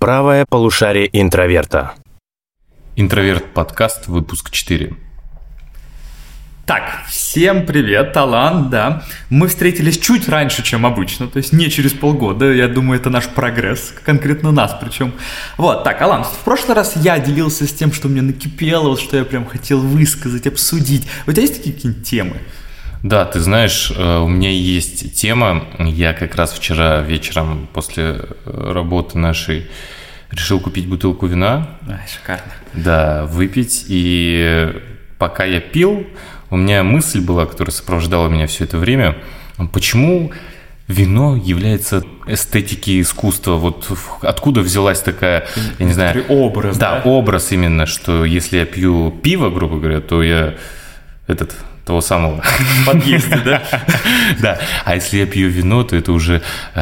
Правое полушарие интроверта. Интроверт подкаст, выпуск 4. Так, всем привет, Алан, да. Мы встретились чуть раньше, чем обычно, то есть не через полгода, я думаю, это наш прогресс, конкретно нас причем. Вот, так, Алан, в прошлый раз я делился с тем, что мне накипело, вот что я прям хотел высказать, обсудить. У тебя есть какие-нибудь темы? Да, ты знаешь, у меня есть тема. Я как раз вчера вечером после работы нашей решил купить бутылку вина. Ай, шикарно. Да, выпить. И пока я пил, у меня мысль была, которая сопровождала меня все это время. Почему вино является эстетикой искусства? Вот откуда взялась такая, я не знаю... Образ, да? Да, образ именно, что если я пью пиво, грубо говоря, то я того самого. В подъезде, да? Да, а если я пью вино, то это уже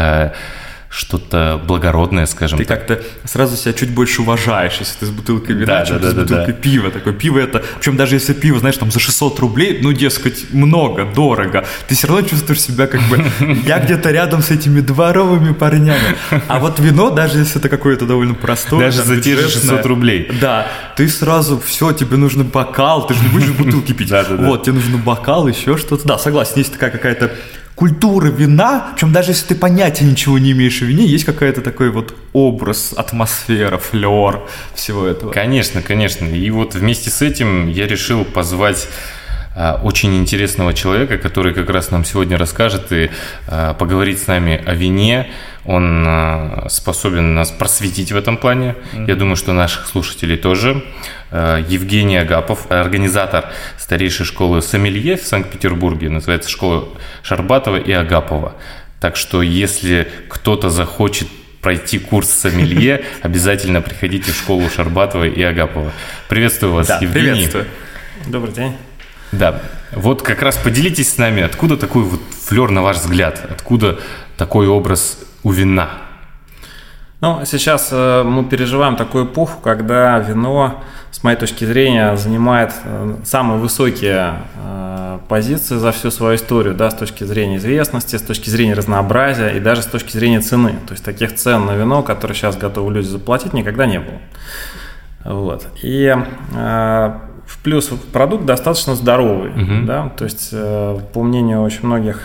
что-то благородное, скажем так. Ты как-то сразу себя чуть больше уважаешь, если ты с бутылкой вина, чем с бутылкой пива. Такое пиво это... Причем даже если пиво, знаешь, там за 600 рублей, ну, дескать, много, дорого, ты все равно чувствуешь себя как бы... Я где-то рядом с этими дворовыми парнями. А вот вино, даже если это какое-то довольно простое... Даже за те же 600 рублей. Да, ты сразу, все, тебе нужен бокал, ты же не будешь бутылки пить. Вот, тебе нужен бокал, еще что-то. Да, согласен, есть такая какая-то... культура вина, причем даже если ты понятия ничего не имеешь о вине, есть какой-то такой вот образ, атмосфера, флёр всего этого. Конечно, конечно. И вот вместе с этим я решил позвать очень интересного человека, который как раз нам сегодня расскажет и поговорит с нами о вине. Он способен нас просветить в этом плане. Я думаю, что наших слушателей тоже. Евгений Агапов, организатор старейшей школы сомелье в Санкт-Петербурге. Называется школа Шарбатова и Агапова. Так что если кто-то захочет пройти курс сомелье, обязательно приходите в школу Шарбатова и Агапова. Приветствую вас, Евгений. Приветствую. Добрый день. Да, вот как раз поделитесь с нами, откуда такой вот флёр, на ваш взгляд, откуда такой образ у вина? Ну, сейчас мы переживаем такую эпоху, когда вино, с моей точки зрения, занимает самые высокие позиции за всю свою историю, да, с точки зрения известности, с точки зрения разнообразия и даже с точки зрения цены. То есть таких цен на вино, которые сейчас готовы люди заплатить, никогда не было. Вот. И в плюс продукт достаточно здоровый, да, то есть по мнению очень многих,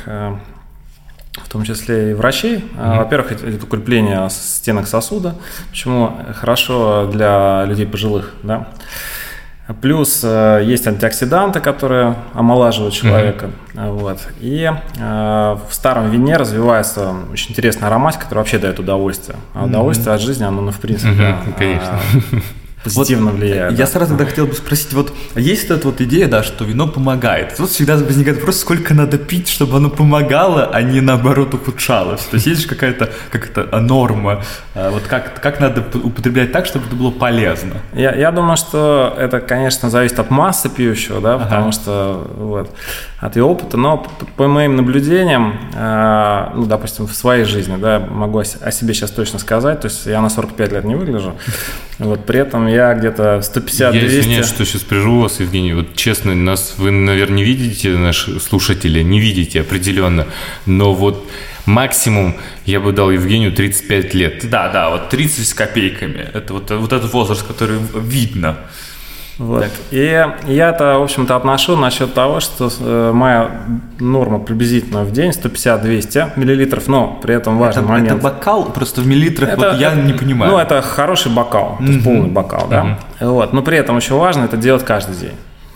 в том числе и врачей, во-первых, это укрепление стенок сосуда, почему хорошо для людей пожилых, да. Плюс есть антиоксиданты, которые омолаживают человека. Вот. И в старом вине развивается очень интересная ароматика, которая вообще дает удовольствие. А удовольствие от жизни, оно, в принципе, конечно, позитивно влияет. Я сразу тогда хотел бы спросить, вот есть эта вот идея, да, что вино помогает. Вот всегда возникает вопрос, сколько надо пить, чтобы оно помогало, а не наоборот ухудшалось. То есть есть же какая-то норма, вот как надо употреблять так, чтобы это было полезно? Я думаю, что это, конечно, зависит от массы пьющего, да, потому что вот, от его опыта, но по моим наблюдениям, ну, допустим, в своей жизни, да, могу о себе сейчас точно сказать, то есть я на 45 лет не выгляжу, вот, при этом я где-то 150-200... Я извиняюсь, что сейчас прерву вас, Евгений. Вот честно, нас вы, наверное, не видите, наши слушатели, не видите определенно. Но вот максимум я бы дал Евгению 35 лет. Да, вот 30 с копейками. Это вот этот возраст, который видно. Вот. И я-то, в общем-то, отношу насчет того, что моя норма приблизительно в день 150-200 миллилитров, но при этом важный момент. Это бокал просто в миллилитрах, вот я не понимаю. Ну, это хороший бокал, то есть полный бокал, да. Вот. Но при этом очень важно это делать каждый день.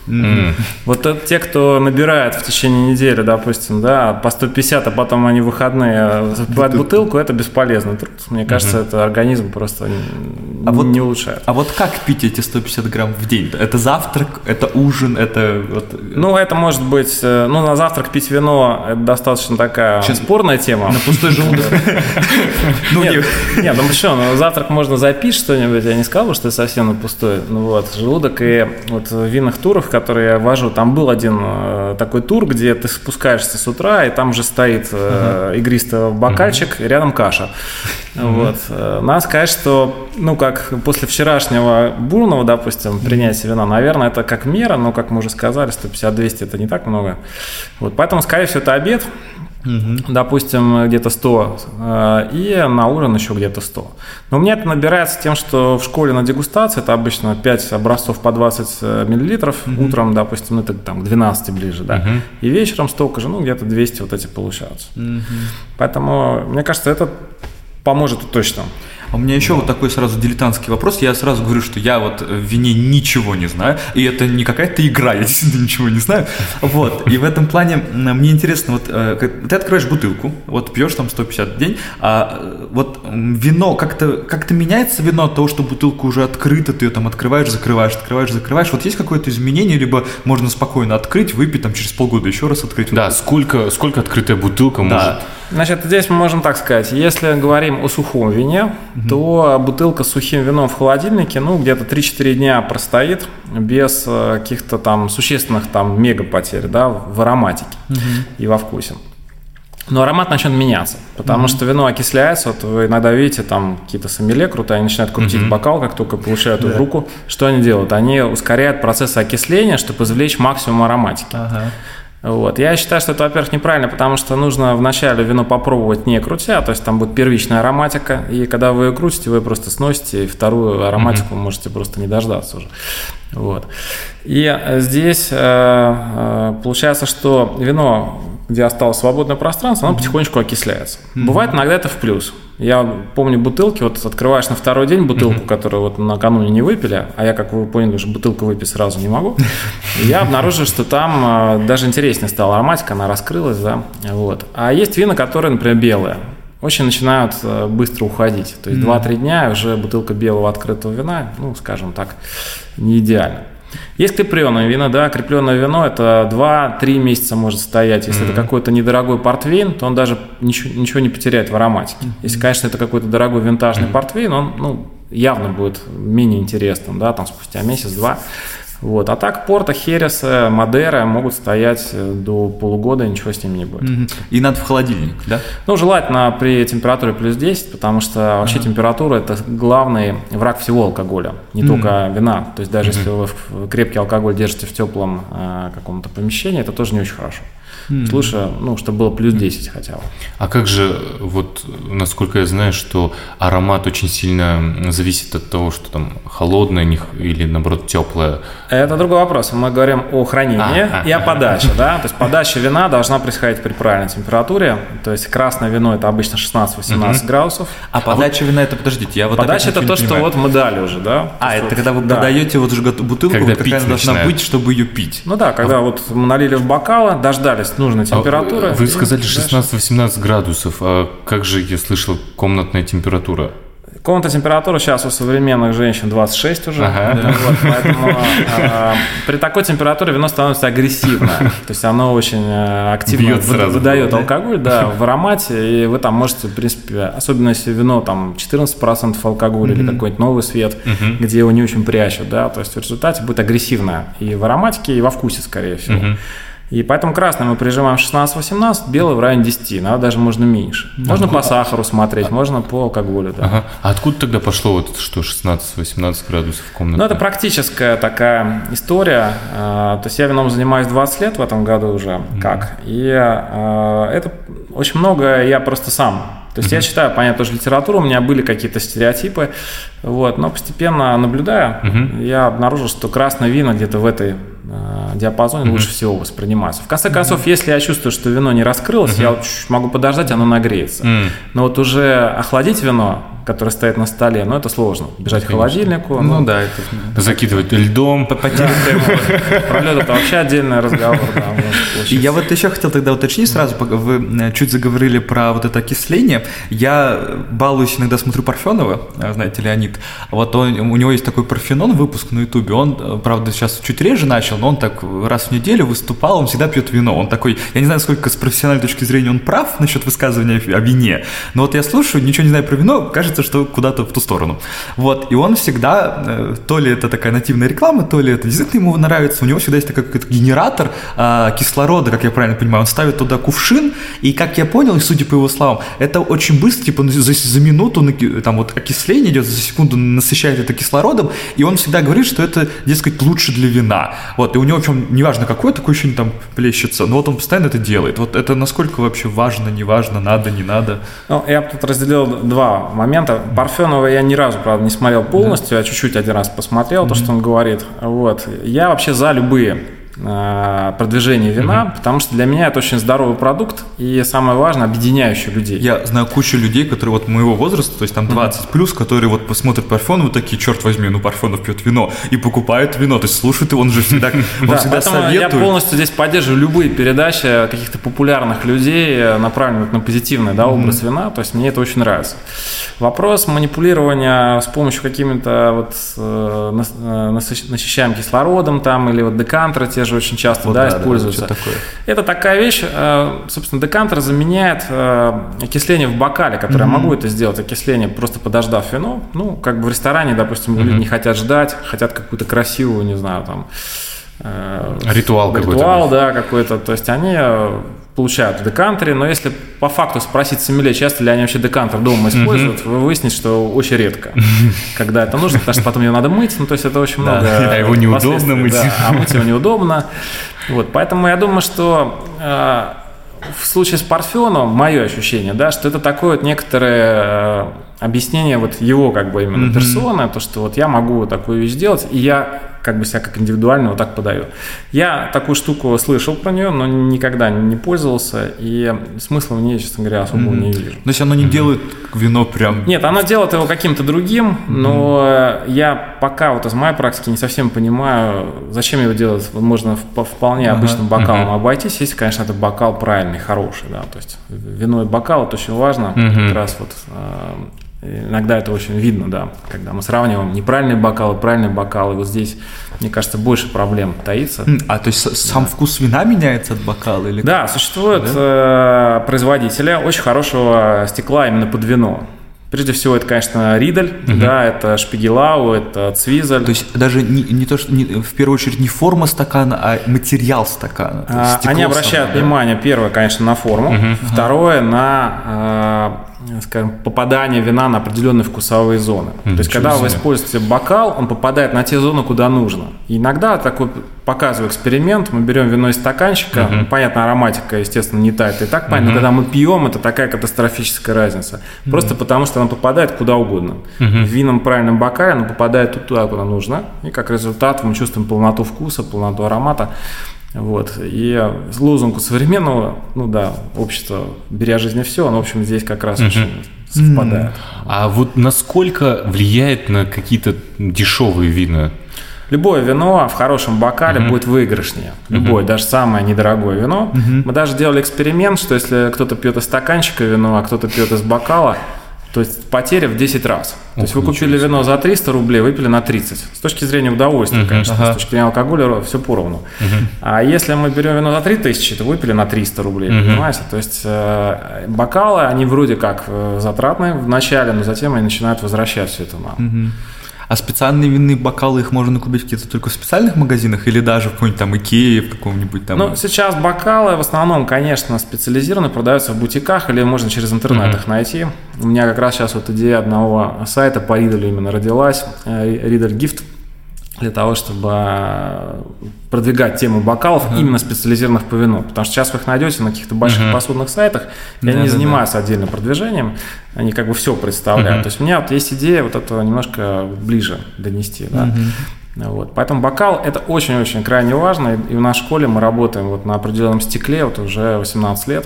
Вот те, кто набирает в течение недели, допустим, да, по 150, а потом они в выходные запивают бутылку, это бесполезный труд. Мне кажется, это организм просто не улучшает. А вот как пить эти 150 грамм в день? Это завтрак, это ужин, это... Ну, это может быть... Ну, на завтрак пить вино – это достаточно такая спорная тема. На пустой желудок. Нет, ну почему? На завтрак можно запить что-нибудь, я не сказал, что это совсем на пустой желудок. И вот в винных турах, которые я вожу, там был один такой тур, где ты спускаешься с утра, и там уже стоит игристый бокальчик, и рядом каша. Вот. Надо сказать, что, ну, как после вчерашнего бурного, допустим, принятия вина, наверное, это как мера, но, как мы уже сказали, 150-200 – это не так много. Вот. Поэтому, скорее всего, это обед. допустим, где-то 100, и на ужин еще где-то 100. Но у меня это набирается тем, что в школе на дегустации это обычно 5 образцов по 20 миллилитров, утром, допустим, это там к 12 ближе, да, и вечером столько же, где-то 200 вот эти получаются. Поэтому, мне кажется, это поможет точно. А у меня еще вот такой сразу дилетантский вопрос. Я сразу говорю, что я вот в вине ничего не знаю, и это не какая-то игра, я действительно ничего не знаю. Вот, и в этом плане мне интересно, вот ты открываешь бутылку, вот пьешь там 150 в день, а вот вино, как-то меняется вино от того, что бутылка уже открыта, ты ее там открываешь, закрываешь. Вот есть какое-то изменение, либо можно спокойно открыть, выпить, там через полгода еще раз открыть? Да, сколько открытая бутылка может... Значит, здесь мы можем так сказать, если говорим о сухом вине, то бутылка с сухим вином в холодильнике, где-то 3-4 дня простоит без каких-то там существенных там мегапотерь, да, в ароматике и во вкусе. Но аромат начнет меняться, потому что вино окисляется. Вот вы иногда видите, там какие-то сомелье крутые, они начинают крутить бокал, как только получают в руку. Что они делают? Они ускоряют процесс окисления, чтобы извлечь максимум ароматики. Вот. Я считаю, что это, во-первых, неправильно, потому что нужно вначале вино попробовать не крутя, то есть там будет первичная ароматика, и когда вы ее крутите, вы просто сносите, и вторую ароматику можете просто не дождаться уже. Вот. И здесь получается, что вино, где осталось свободное пространство, оно потихонечку окисляется. Бывает иногда это в плюс. Я помню бутылки, вот открываешь на второй день бутылку, которую вот накануне не выпили, а я, как вы поняли, что бутылку выпить сразу не могу, я обнаружил, что там даже интереснее стала ароматика, она раскрылась, да, вот. А есть вина, которые, например, белые, очень начинают быстро уходить, то есть 2-3 дня уже бутылка белого открытого вина, скажем так, не идеально. Есть крепленное вино, да, крепленное вино это 2-3 месяца может стоять. Если это какой-то недорогой портвейн, то он даже ничего не потеряет в ароматике. Если, конечно, это какой-то дорогой винтажный портвейн, он явно будет менее интересным, да, там спустя месяц-два. Вот. А так порто, херес, мадера могут стоять до полугода, ничего с ними не будет. И надо в холодильник, да? Желательно при температуре плюс 10, потому что вообще температура – это главный враг всего алкоголя, не только вина. То есть даже если вы крепкий алкоголь держите в теплом каком-то помещении, это тоже не очень хорошо. Лучше, чтобы было плюс 10 хотя бы. А как же, вот, насколько я знаю, что аромат очень сильно зависит от того, что там холодное или, наоборот, теплое? Это другой вопрос. Мы говорим о хранении и о подаче, да? То есть подача вина должна происходить при правильной температуре. То есть красное вино – это обычно 16-18 градусов. А подача вина – это, подождите, я вот подача – это то, что вот мы дали уже, да? Это когда вы подаете вот уже бутылку, какая она должна быть, чтобы ее пить? Когда вот мы налили в бокалы, дождались нужной температуры. Вы сказали 16-18 градусов, а как же, я слышал, комнатная температура? Комнатная температура сейчас у современных женщин 26 уже. Поэтому при такой температуре вино становится агрессивное. То есть оно очень активно выдает алкоголь в аромате. И вы там можете, в принципе, особенно если вино там 14% алкоголя или какой-нибудь новый свет, где его не очень прячут. Да, то есть в результате будет агрессивное и в ароматике, и во вкусе, скорее всего. И поэтому красный мы прижимаем 16-18, белый в районе 10, иногда даже можно меньше. Можно по сахару смотреть, можно по алкоголю. Да. А откуда тогда пошло вот что 16-18 градусов в комнате? Это практическая такая история. То есть я вином занимаюсь 20 лет в этом году уже, и это очень много я просто сам. То есть я читаю, понятно, тоже литературу, у меня были какие-то стереотипы, но постепенно наблюдая, я обнаружил, что красное вино где-то в этой диапазоне лучше всего воспринимается. В конце концов, если я чувствую, что вино не раскрылось, я чуть-чуть могу подождать, оно нагреется. Но вот уже охладить вино, которое стоит на столе, это сложно. Бежать к холодильнику. Закидывать льдом. Потерять пролет – это вообще отдельный разговор. И я вот еще хотел тогда уточнить сразу, вы чуть заговорили про вот это окисление. Я балуюсь, иногда смотрю Парфенова, знаете, Леонид. Вот у него есть такой Парфенон, выпуск на Ютубе. Он, правда, сейчас чуть реже начал, но он так раз в неделю выступал, он всегда пьет вино. Он такой, я не знаю, сколько с профессиональной точки зрения он прав насчет высказывания о вине, но вот я слушаю, ничего не знаю про вино, кажется, кажется, что куда-то в ту сторону. Вот, и он всегда, то ли это такая нативная реклама, то ли это действительно ему нравится, у него всегда есть такой какой-то генератор кислорода, как я правильно понимаю, он ставит туда кувшин, и как я понял, и судя по его словам, это очень быстро, типа за минуту там вот окисление идет, за секунду насыщает это кислородом, и он всегда говорит, что это, дескать, лучше для вина. Вот, и у него, в общем, неважно какое, такое ощущение там плещется, но вот он постоянно это делает. Вот это насколько вообще важно, не важно, надо, не надо? Ну, я тут разделил два момента. Парфенова я ни разу, правда, не смотрел полностью, я чуть-чуть один раз посмотрел то, что он говорит. Вот. Я вообще за любые продвижение вина, потому что для меня это очень здоровый продукт и, самое важное, объединяющий людей. Я знаю кучу людей, которые вот моего возраста, то есть там 20+, которые вот посмотрят Парфенова, такие, черт возьми, ну Парфенов пьет вино, и покупают вино, то есть слушают его, он же всегда советует. Я полностью здесь поддерживаю любые передачи каких-то популярных людей, направленных на позитивный образ вина, то есть мне это очень нравится. Вопрос манипулирования с помощью какими-то вот насыщаем кислородом там, или вот декантеры те же очень часто вот, используются. Это такая вещь, собственно, декантер заменяет окисление в бокале, которое я могу это сделать, окисление, просто подождав вино. Ну, как бы в ресторане, допустим, люди не хотят ждать, хотят какую-то красивую, не знаю, там... Ритуал какой-то. Ритуал, да, какой-то. То есть они получают в декантере, но если по факту спросить сомелье, часто ли они вообще декантер дома используют, вы выясните, что очень редко, когда это нужно, потому что потом ее надо мыть, ну то есть это очень много. А его неудобно мыть. Да, а мыть его неудобно. Вот, поэтому я думаю, что в случае с Парфеновым, мое ощущение, да, что это такое вот некоторое объяснение вот его как бы именно персоны, то, что вот я могу такую вещь сделать, и я как бы себя как индивидуально вот так подаю. Я такую штуку слышал про нее, но никогда не пользовался, и смысла в ней, честно говоря, особого не вижу. То есть оно не делает вино прям... Нет, оно делает его каким-то другим, но я пока вот из моей практики не совсем понимаю, зачем его делать. Можно вполне обычным бокалом обойтись, если, конечно, это бокал правильный, хороший, да, то есть вино и бокал, это очень важно, как раз вот... Иногда это очень видно, да, когда мы сравниваем неправильные бокалы, правильные бокалы. Вот здесь, мне кажется, больше проблем таится. А то есть сам вкус вина меняется от бокала? Или да, существуют производители очень хорошего стекла именно под вино. Прежде всего, это, конечно, Ридель, да, это Шпигелау, это Цвизель. То есть даже не то, что в первую очередь не форма стакана, а материал стакана. Они обращают внимание, первое, конечно, на форму, второе, на, скажем, попадание вина на определенные вкусовые зоны. То есть, когда вы используете бокал, он попадает на те зоны, куда нужно. И иногда такой показываю эксперимент, мы берем вино из стаканчика, понятно, ароматика, естественно, не та, это и так понятно, когда мы пьем, это такая катастрофическая разница. Просто потому, что она попадает куда угодно. В винном правильном бокале она попадает туда, куда нужно, и как результат мы чувствуем полноту вкуса, полноту аромата. Вот. И лозунг современного, ну да, общества «Бери от жизни все», он, в общем, здесь как раз очень совпадает. А вот насколько влияет на какие-то дешевые вина? Любое вино в хорошем бокале будет выигрышнее. Любое, даже самое недорогое вино. Мы даже делали эксперимент, что если кто-то пьет из стаканчика вино, а кто-то пьет из бокала, то есть потеря в 10 раз. То есть вы купили вино за 300 рублей, выпили на 30. С точки зрения удовольствия, конечно, с точки зрения алкоголя все поровну. А если мы берем вино за 3000, то выпили на 300 рублей, понимаете? То есть бокалы, они вроде как затратные в начале, но затем они начинают возвращать все это нам. А специальные винные бокалы, их можно купить где-то только в специальных магазинах или даже в какой-нибудь там Икее, в каком-нибудь там... Ну, сейчас бокалы в основном, конечно, специализированно продаются в бутиках или можно через интернет их найти. У меня как раз сейчас вот идея одного сайта по Риделю именно родилась, Ридель Гифт, для того, чтобы продвигать тему бокалов именно специализированных по вину. Потому что сейчас вы их найдете на каких-то больших посудных сайтах, и они занимаются отдельным продвижением, они как бы все представляют. То есть у меня вот есть идея вот этого немножко ближе донести. Да? Вот. Поэтому бокал – это очень-очень крайне важно. И в нашей школе мы работаем вот на определенном стекле вот уже 18 лет.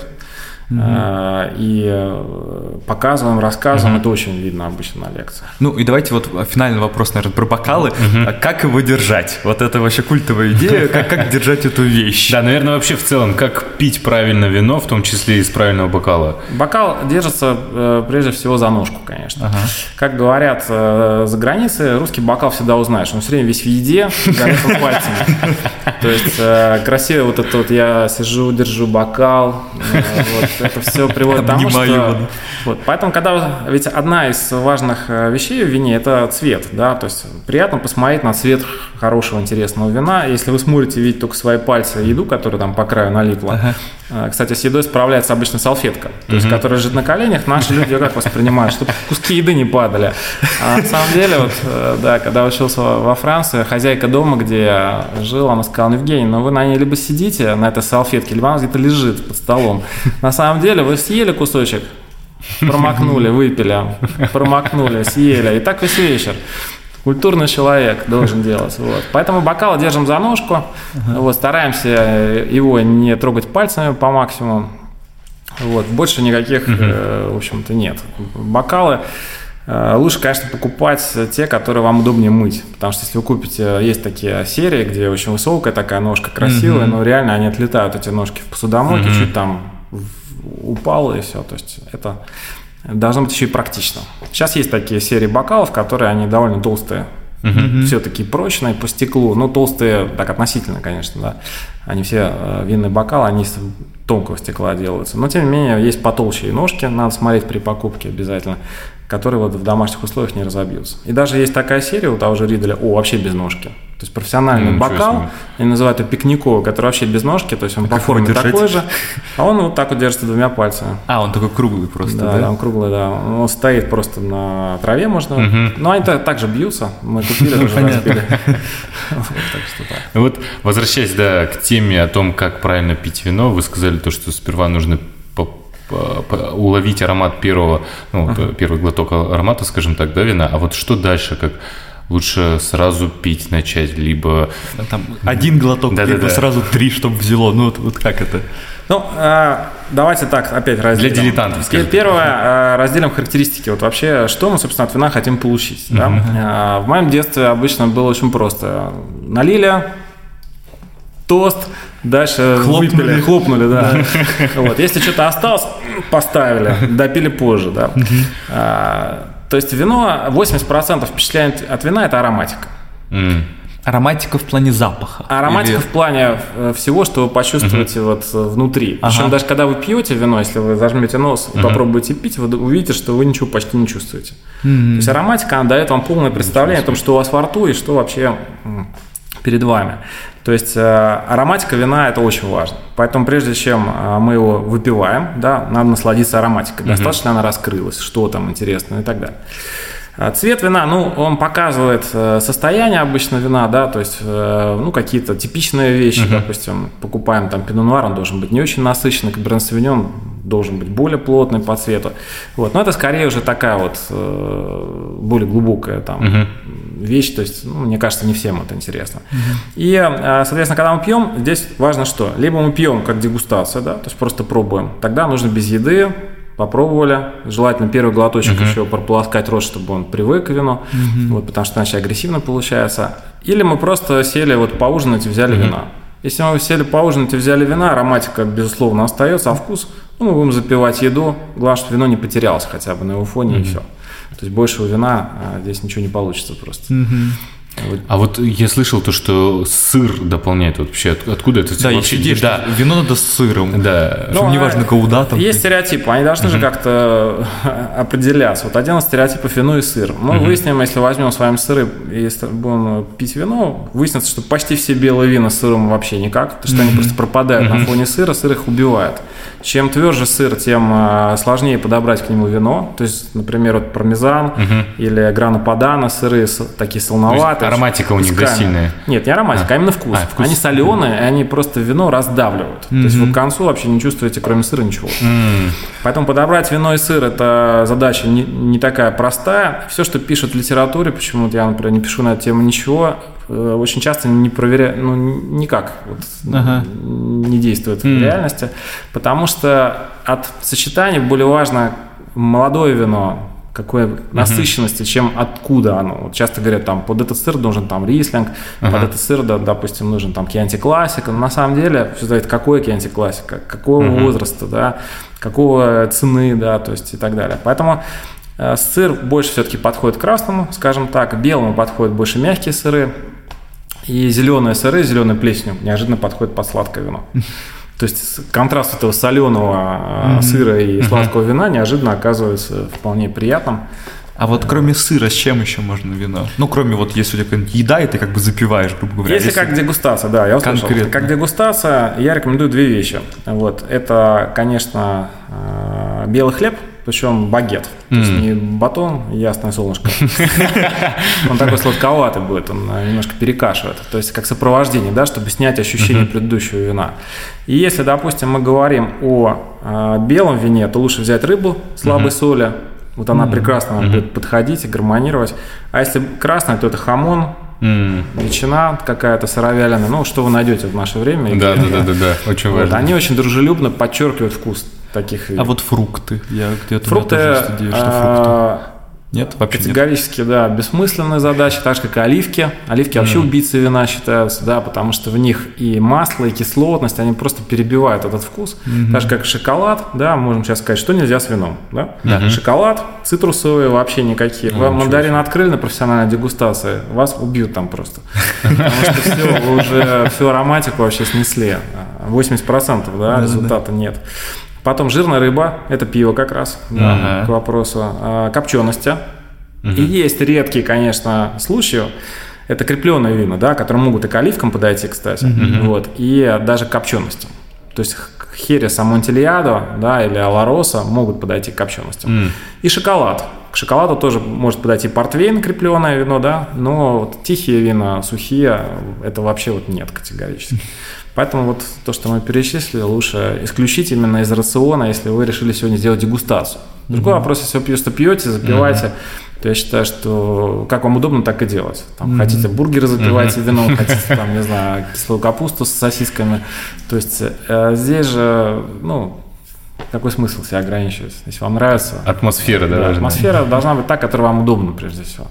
И показываем, рассказываем, это очень видно обычно на лекциях. Ну и давайте вот финальный вопрос, наверное, про бокалы. Как его держать? Вот это вообще культовая идея, как держать эту вещь? Да, наверное, вообще в целом, как пить правильно вино, в том числе из правильного бокала? Бокал держится прежде всего за ножку, конечно. Как говорят за границей, русский бокал всегда узнаешь. Он все время весь в еде, горячими пальцами. То есть красиво вот это вот я сижу, держу бокал, вот, это все приводит к тому, что... Вот, поэтому, ведь одна из важных вещей в вине – это цвет, да, то есть приятно посмотреть на цвет хорошего, интересного вина. Если вы смотрите, видите только свои пальцы и еду, которая там по краю налипла. Кстати, с едой справляется обычно салфетка, то есть, которая лежит на коленях. Наши люди как воспринимают, чтобы куски еды не падали. А на самом деле, вот, да, когда учился во Франции, хозяйка дома, где я жил, она сказала: ну, Евгений, вы на ней либо сидите, на этой салфетке, либо она где-то лежит под столом. На самом деле, вы съели кусочек, промокнули, выпили, промокнули, съели, и так весь вечер. Культурный человек должен делать. Вот. Поэтому бокал держим за ножку, вот, стараемся его не трогать пальцами по максимуму. Вот. Больше никаких, в общем-то, нет. Бокалы лучше, конечно, покупать те, которые вам удобнее мыть. Потому что если вы купите, есть такие серии, где очень высокая такая ножка, красивая, но реально они отлетают, эти ножки, в посудомойке, чуть там упало и все. То есть это... Должно быть еще и практично. Сейчас есть такие серии бокалов, которые они довольно толстые, все-таки прочные по стеклу, но толстые так относительно, конечно, да. Они все винные бокалы, они из тонкого стекла делаются. Но тем не менее есть потолще и ножки, надо смотреть при покупке обязательно, которые вот в домашних условиях не разобьются. И даже есть такая серия у того же Риделя, вообще без ножки. То есть профессиональный бокал, они называют его пикниковый, который вообще без ножки, то есть он по форме такой же, а он вот так вот держится двумя пальцами. Он такой круглый просто, да? Да, он круглый, да. Он стоит просто на траве, можно. Но они также бьются, мы купили, уже разбили. Вот, возвращаясь, к теме о том, как правильно пить вино, вы сказали то, что сперва нужно уловить аромат первый глоток аромата, скажем так, да, вина, а вот что дальше, как лучше сразу пить начать, либо... Там один глоток, либо сразу 3, чтобы взяло, вот как это? Давайте так, опять разделим. Для дилетантов, скажем. Первое, разделим характеристики. Вот вообще, что мы, собственно, от вина хотим получить. Да? В моем детстве обычно было очень просто. Налили, тост, дальше выпили, хлопнули, да. Вот. Если что-то осталось, поставили, допили позже, да. То есть вино, 80% впечатляет от вина – это ароматика. Ароматика в плане запаха? Ароматика в плане всего, что вы почувствуете вот внутри. Причем даже когда вы пьете вино, если вы зажмете нос и попробуете пить, вы увидите, что вы ничего почти не чувствуете. То есть ароматика, она дает вам полное представление о том, что у вас во рту и что вообще перед вами. То есть ароматика вина – это очень важно. Поэтому прежде чем мы его выпиваем, да, надо насладиться ароматикой. Достаточно она раскрылась, что там интересно и так далее. Цвет вина, он показывает состояние обычно вина, да, то есть, какие-то типичные вещи, допустим, покупаем там пино нуар, он должен быть не очень насыщенный, каберне савиньон должен быть более плотный по цвету, вот, но это скорее уже такая вот более глубокая там вещь, то есть, мне кажется, не всем это интересно. И, соответственно, когда мы пьем, здесь важно что? Либо мы пьем как дегустация, да, то есть просто пробуем, тогда нужно без еды, попробовали, желательно первый глоточек еще прополоскать рот, чтобы он привык к вину, вот, потому что иначе агрессивно получается. Или мы просто сели поужинать и взяли вина. Если мы сели поужинать и взяли вина, ароматика, безусловно, остается, а вкус, мы будем запивать еду, главное, чтобы вино не потерялось хотя бы на его фоне и все. То есть большего вина здесь ничего не получится просто. А вот я слышал то, что сыр дополняет вообще. Откуда это? Да, вообще есть идея, что вино надо с сыром. Да. Неважно, куда там. Есть стереотипы, они должны же как-то определяться. Вот один из стереотипов – вино и сыр. Мы выясним, если возьмем с вами сыры и будем пить вино, выяснится, что почти все белые вина с сыром вообще никак, потому что они просто пропадают на фоне сыра, сыр их убивает. Чем тверже сыр, тем сложнее подобрать к нему вино. То есть, например, пармезан или грана падано, сыры такие солоноватые. Ароматика у них сильная. Нет, не ароматика, а именно вкус. Они соленые, и они просто вино раздавливают. То есть вы к концу вообще не чувствуете, кроме сыра, ничего. Поэтому подобрать вино и сыр – это задача не такая простая. Все, что пишут в литературе, почему-то я, например, не пишу на эту тему ничего, очень часто не проверяю, никак не действует в реальности, потому что от сочетаний более важно молодое вино, какой насыщенности, чем откуда оно. Вот часто говорят, там, под этот сыр нужен там рислинг, под этот сыр, допустим, нужен там Chianti Classico. Но на самом деле все зависит, какой Chianti Classico, какого возраста, да, какого цены, да, то есть и так далее. Поэтому сыр больше все-таки подходит к красному, скажем так, белому подходят больше мягкие сыры, и зеленые сыры, зеленая плесень неожиданно подходит под сладкое вино. То есть контраст этого соленого сыра и сладкого вина неожиданно оказывается вполне приятным. А вот кроме сыра, с чем еще можно вино? Ну, кроме вот, если у тебя какая-нибудь еда, и ты как бы запиваешь, грубо говоря. Если как дегустация, да, я услышал. Конкретно. Как дегустация я рекомендую две вещи. Вот. Это, конечно, белый хлеб, причем багет. То есть не батон, ясное солнышко. Он такой сладковатый будет, он немножко перекашивает. То есть как сопровождение, да, чтобы снять ощущение предыдущего вина. И если, допустим, мы говорим о белом вине, то лучше взять рыбу слабой соли. Вот она прекрасно будет подходить и гармонировать. А если красная, то это хамон, ветчина какая-то, сыровялина. Ну, что вы найдете в наше время. Да, очень важно. Они очень дружелюбно подчеркивают вкус таких видов. А вот фрукты? Я где-то фрукты, нет, вообще категорически, нет. Да, бессмысленная задача, так же, как и оливки. Оливки вообще убийцы вина считаются, да, потому что в них и масло, и кислотность, они просто перебивают этот вкус. Так же, как шоколад, да, можем сейчас сказать, что нельзя с вином, да? Шоколад, цитрусовые вообще никакие. Вы мандарин открыли на профессиональной дегустации, вас убьют там просто. Потому что все, вы уже всю ароматику вообще снесли. 80%, да, результата нет. Потом жирная рыба, это пиво как раз, да, к вопросу. Копчености. И есть редкие, конечно, случаи, это крепленные вина, да, которые могут и к оливкам подойти, кстати, вот, и даже к копченостям. То есть Херес Амонтильядо, да, или Алароса могут подойти к копченостям. И шоколад. К шоколаду тоже может подойти портвейн, крепленое вино, да, но вот тихие вина, сухие, это вообще вот нет категорически. Поэтому вот то, что мы перечислили, лучше исключить именно из рациона, если вы решили сегодня сделать дегустацию. Другой вопрос, если вы просто пьете, запиваете, то я считаю, что как вам удобно, так и делать. Там, хотите бургеры, запивайте вином, хотите, там, не знаю, кислую капусту с сосисками. То есть здесь же, ну, какой смысл себя ограничивать? Если вам нравится... Атмосфера, да, важна. Атмосфера должна быть та, которая вам удобна, прежде всего.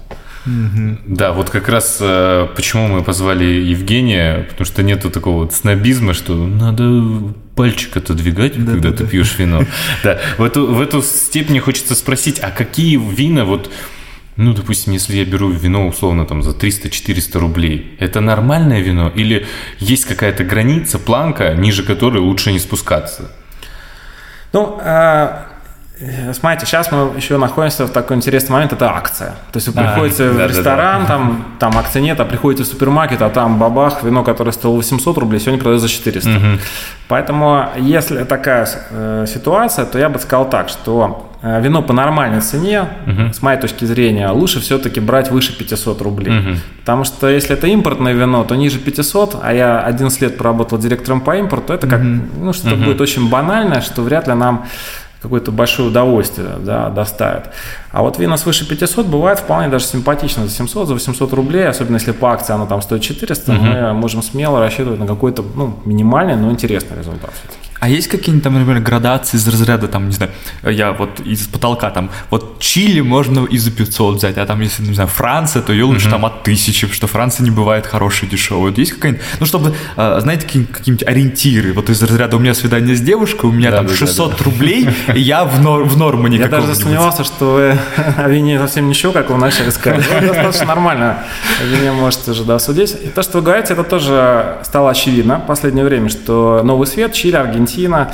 Да, вот как раз почему мы позвали Евгения, потому что нету такого вот снобизма, что надо пальчик отодвигать, когда ты пьешь вино. Да, в эту степень хочется спросить, а какие вина вот, ну, допустим, если я беру вино условно там за 300-400 рублей, это нормальное вино или есть какая-то граница, планка, ниже которой лучше не спускаться? Ну, смотрите, сейчас мы еще находимся в такой интересный момент, это акция. То есть вы приходите в ресторан, там акции нет, а приходите в супермаркет, а там бабах, вино, которое стоило 800 рублей, сегодня продается за 400. Поэтому, если такая ситуация, то я бы сказал так, что вино по нормальной цене, с моей точки зрения, лучше все-таки брать выше 500 рублей. Потому что если это импортное вино, то ниже 500, а я 11 лет проработал директором по импорту, это как, ну, что-то будет очень банальное, что вряд ли нам какое-то большое удовольствие, да, доставит. А вот вина свыше 500 бывает вполне даже симпатично за 700, за 800 рублей, особенно если по акции оно там стоит 400, мы можем смело рассчитывать на какой-то, ну, минимальный, но интересный результат все-таки. А есть какие-нибудь там, например, градации из разряда, там, не знаю, я вот из потолка, там, вот Чили можно и за 500 взять, а там, если, не знаю, Франция, то ее лучше там от 1000, потому что Франция не бывает хорошей, дешевой. Вот есть какая-нибудь, ну, чтобы, знаете, какие-нибудь ориентиры, вот из разряда у меня свидание с девушкой, у меня там 600 рублей, и я в норму не какого-нибудь. Я даже сомневался, что вы о вине совсем ничего, как вы начали сказать. Это достаточно нормально. О вине можете уже, да, судить. И то, что вы говорите, это тоже стало очевидно в последнее время, что Новый Свет, Чили, Аргентина,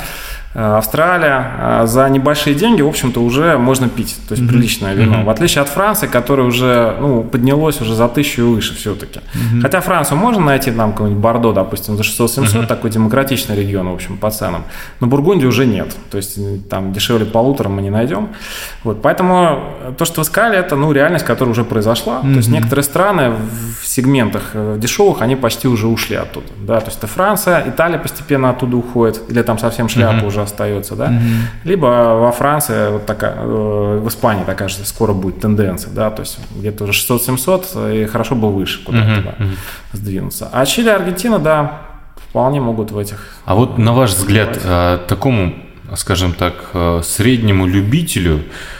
Австралия за небольшие деньги, в общем-то, уже можно пить, то есть приличное вино. В отличие от Франции, которое уже, ну, поднялось уже за 1000 и выше все-таки. Хотя Францию можно найти, там, какой-нибудь Бордо, допустим, за 600-700, такой демократичный регион, в общем, по ценам. Но Бургундии уже нет, то есть там дешевле 1,5 мы не найдем. Вот, поэтому то, что вы сказали, это, ну, реальность, которая уже произошла. То есть некоторые страны в сегментах дешевых, они почти уже ушли оттуда. Да? То есть это Франция, Италия постепенно оттуда уходит, или там совсем шляпа уже остается, да, либо во Франции, вот такая, в Испании такая же скоро будет тенденция, да, то есть где-то уже 600-700, и хорошо бы выше куда-то сдвинуться. А Чили и Аргентина, да, вполне могут в этих... А вот на ваш взгляд, такому, скажем так, среднему любителю,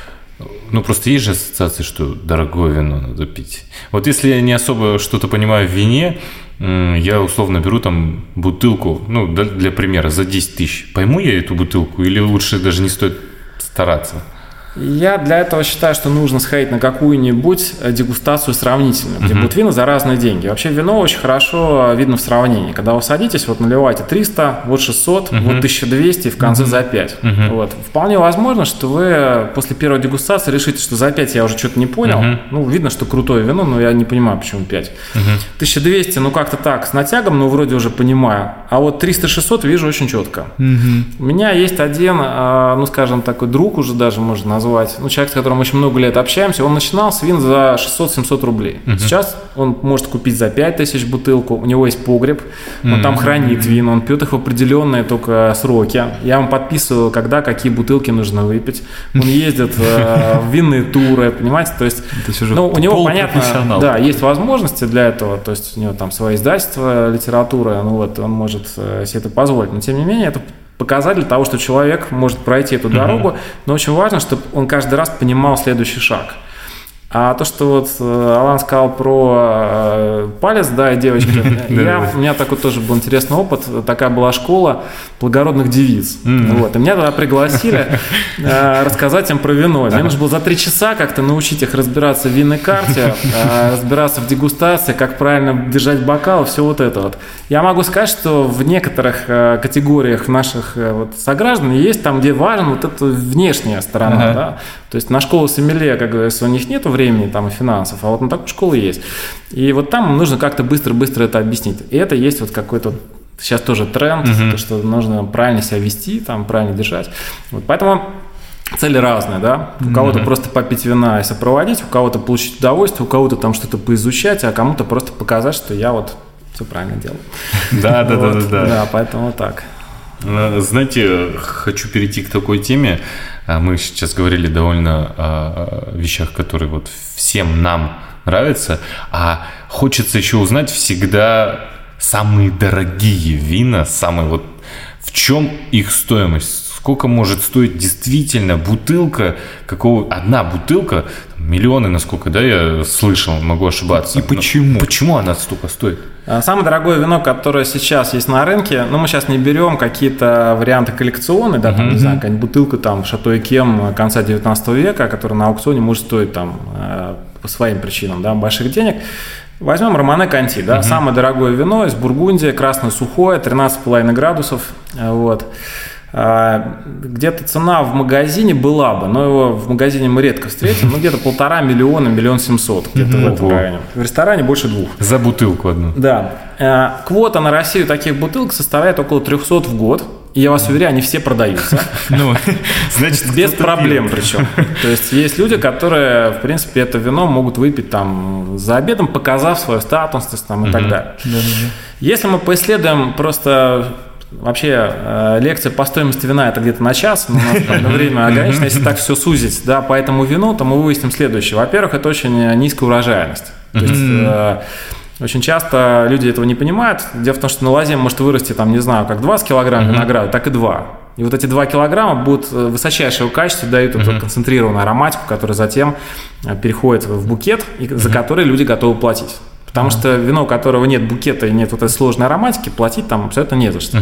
ну, просто есть же ассоциация, что дорогое вино надо пить. Вот если я не особо что-то понимаю в вине, я условно беру там бутылку, ну, для примера, за 10 тысяч. Пойму я эту бутылку или лучше даже не стоит стараться? Я для этого считаю, что нужно сходить на какую-нибудь дегустацию сравнительную, где будут вина за разные деньги. Вообще вино очень хорошо видно в сравнении. Когда вы садитесь, вот наливаете 300, вот 600, вот 1200 и в конце за 5. Вот. Вполне возможно, что вы после первой дегустации решите, что за 5 я уже что-то не понял. Ну, видно, что крутое вино, но я не понимаю, почему 5. 1200, ну как-то так, с натягом, но вроде уже понимаю. А вот 300-600 вижу очень четко. У меня есть один, ну скажем, такой друг уже даже можно назвать, ну, человек, с которым очень много лет общаемся, он начинал с вин за 600-700 рублей. Сейчас он может купить за 5000 бутылку, у него есть погреб, он там хранит вин, он пьет их в определенные только сроки. Я ему подписываю, когда какие бутылки нужно выпить. Он ездит в винные туры, понимаете, то есть, ну, у него, понятно, да, есть возможности для этого, то есть у него там свое издательство литературы, ну вот, он может себе это позволить, но тем не менее, это показатель того, что человек может пройти эту дорогу, но очень важно, чтобы он каждый раз понимал следующий шаг. А то, что вот Алан сказал про палец, да, и девочки, у меня такой тоже был интересный опыт, такая была школа благородных девиц, вот, и меня тогда пригласили рассказать им про вино. Мне нужно было за 3 часа как-то научить их разбираться в винной карте, разбираться в дегустации, как правильно держать бокал, все вот это вот. Я могу сказать, что в некоторых категориях наших вот сограждан есть там, где важна вот эта внешняя сторона, да, то есть на школу сомелье, как говорится, у них нету времени там и финансов, а вот на такую школу есть. И вот там нужно как-то быстро-быстро это объяснить. И это есть вот какой-то сейчас тоже тренд, то, что нужно правильно себя вести, там, правильно держать. Вот, поэтому цели разные, да. У кого-то просто попить вина и сопроводить, у кого-то получить удовольствие, у кого-то там что-то поизучать, а кому-то просто показать, что я вот все правильно делаю. Да. Да, поэтому так. Знаете, хочу перейти к такой теме. Мы сейчас говорили довольно о вещах, которые вот всем нам нравятся, а хочется еще узнать всегда самые дорогие вина, самые вот в чем их стоимость. Сколько может стоить действительно бутылка, одна бутылка, миллионы, насколько, да, я слышал, могу ошибаться. И почему? Почему она столько стоит? Самое дорогое вино, которое сейчас есть на рынке, ну, мы сейчас не берем какие-то варианты коллекционные, да, там, не знаю, какая-нибудь бутылка там Шато Икем конца 19 века, которая на аукционе может стоить там по своим причинам, да, больших денег. Возьмем Романе Конти, да, самое дорогое вино из Бургундии, красное сухое, 13,5 градусов, вот. Где-то цена в магазине была бы, но его в магазине мы редко встретим, ну где-то 1,5 миллиона, 1 700 000, где-то в этом районе. В ресторане больше 2. За бутылку одну. Да. Квота на Россию таких бутылок составляет около 300 в год. И я вас уверяю, они все продаются. Ну, значит, без проблем причем. То есть есть люди, которые, в принципе, это вино могут выпить там за обедом, показав свою статусность там, и так далее. Если мы поисследуем просто... Вообще, лекция по стоимости вина – это где-то на час, но у нас там время ограничено. Если так все сузить, да, по этому вину, то мы выясним следующее. Во-первых, это очень низкая урожайность. То есть, очень часто люди этого не понимают. Дело в том, что на лозе может вырасти, там, не знаю, как 20 килограмм винограда, так и 2. И вот эти 2 килограмма будут высочайшего качества, дают эту концентрированную ароматику, которая затем переходит в букет, и за который люди готовы платить. Потому что вино, у которого нет букета и нет вот этой сложной ароматики, платить там абсолютно не за что.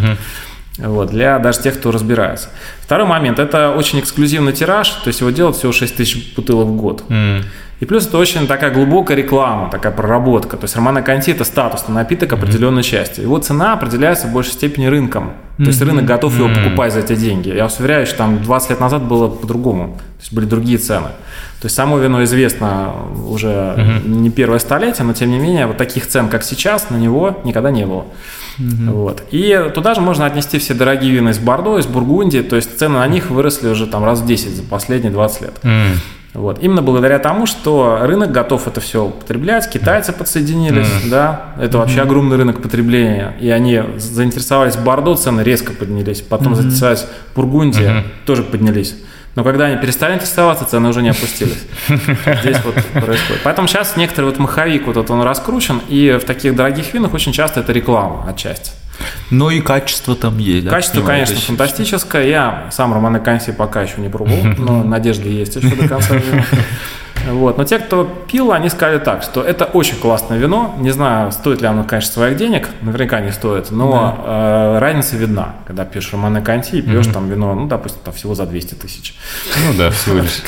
Вот, для даже тех, кто разбирается. Второй момент – это очень эксклюзивный тираж, то есть его делают всего 6 тысяч бутылок в год. И плюс это очень такая глубокая реклама, такая проработка. То есть Романе Конти – это статусный напиток определенной части. Его цена определяется в большей степени рынком. То есть рынок готов его покупать за эти деньги. Я вас уверяю, что там 20 лет назад было по-другому. То есть были другие цены. То есть само вино известно уже не первое столетие, но тем не менее вот таких цен, как сейчас, на него никогда не было. Вот. И туда же можно отнести все дорогие вина из Бордо, из Бургундии. То есть цены на них выросли уже там раз в 10 за последние 20 лет. Вот. Именно благодаря тому, что рынок готов это все употреблять, китайцы подсоединились, да, это вообще огромный рынок потребления, и они заинтересовались Бордо, цены резко поднялись, потом заинтересовались Бургундия, тоже поднялись. Но когда они перестали интересоваться, цены уже не опустились. Здесь вот происходит. Поэтому сейчас некоторый вот маховик вот этот он раскручен, и в таких дорогих винах очень часто это реклама отчасти. Но и качество там есть. Качество, конечно, фантастическое. Я сам Романе Конти пока еще не пробовал, но надежда есть еще до конца вина. Вот. Но те, кто пил, они сказали так, что это очень классное вино. Не знаю, стоит ли оно, конечно, своих денег, наверняка не стоит, но разница видна, когда пьешь Романе Конти и пьешь там вино, ну, допустим, там всего за 200 тысяч. Ну да, всего лишь.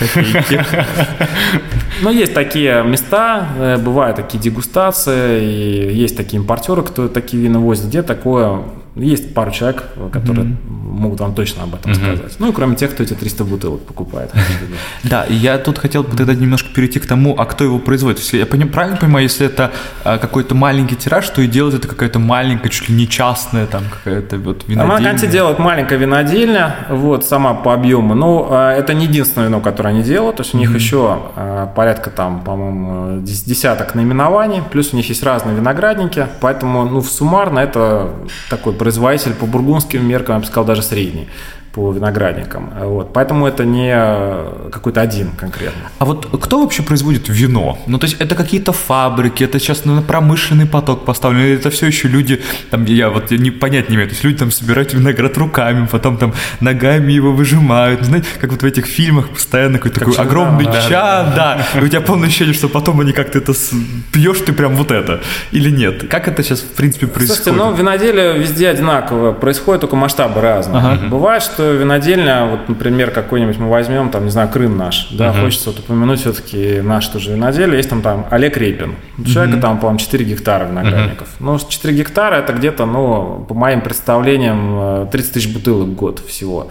Но есть такие места, бывают такие дегустации, и есть такие импортеры, кто такие вина возят, где такое... Есть пару человек, которые могут вам точно об этом сказать. Ну и кроме тех, кто эти 300 бутылок покупает. Да, и я тут хотел бы тогда немножко перейти к тому, а кто его производит. Если я правильно понимаю, если это какой-то маленький тираж, то и делает это какая-то маленькая, чуть ли не частная там какая-то вот винодельня. Романе Конти делает маленькая винодельня, вот, сама по объему. Но это не единственное вино, которое они делают. То есть у них еще порядка там, по-моему, десяток наименований. Плюс у них есть разные виноградники. Поэтому, ну, суммарно это такой производитель по бургундским меркам, я бы сказал, даже средний по виноградникам. Вот. Поэтому это не какой-то один конкретно. А вот кто вообще производит вино? Ну, то есть это какие-то фабрики, это сейчас на промышленный поток поставлено, или это все еще люди, там, я вот понять не имею, то есть люди там собирают виноград руками, потом там ногами его выжимают, знаете, как вот в этих фильмах постоянно какой-то такой огромный чан, да, и у тебя полное ощущение, что потом они как-то это пьешь ты прям вот это, или нет? Как это сейчас, в принципе, происходит? Слушайте, ну, виноделие везде одинаково происходит, только масштабы разные. Бывает, что винодельня, вот, например, какой-нибудь мы возьмем, там, не знаю, Крым наш, да, хочется вот упомянуть все-таки наш тоже виноделие, есть там Олег Репин, у человека там, по-моему, 4 гектара виноградников. Ну, 4 гектара это где-то, ну, по моим представлениям, 30 тысяч бутылок в год всего.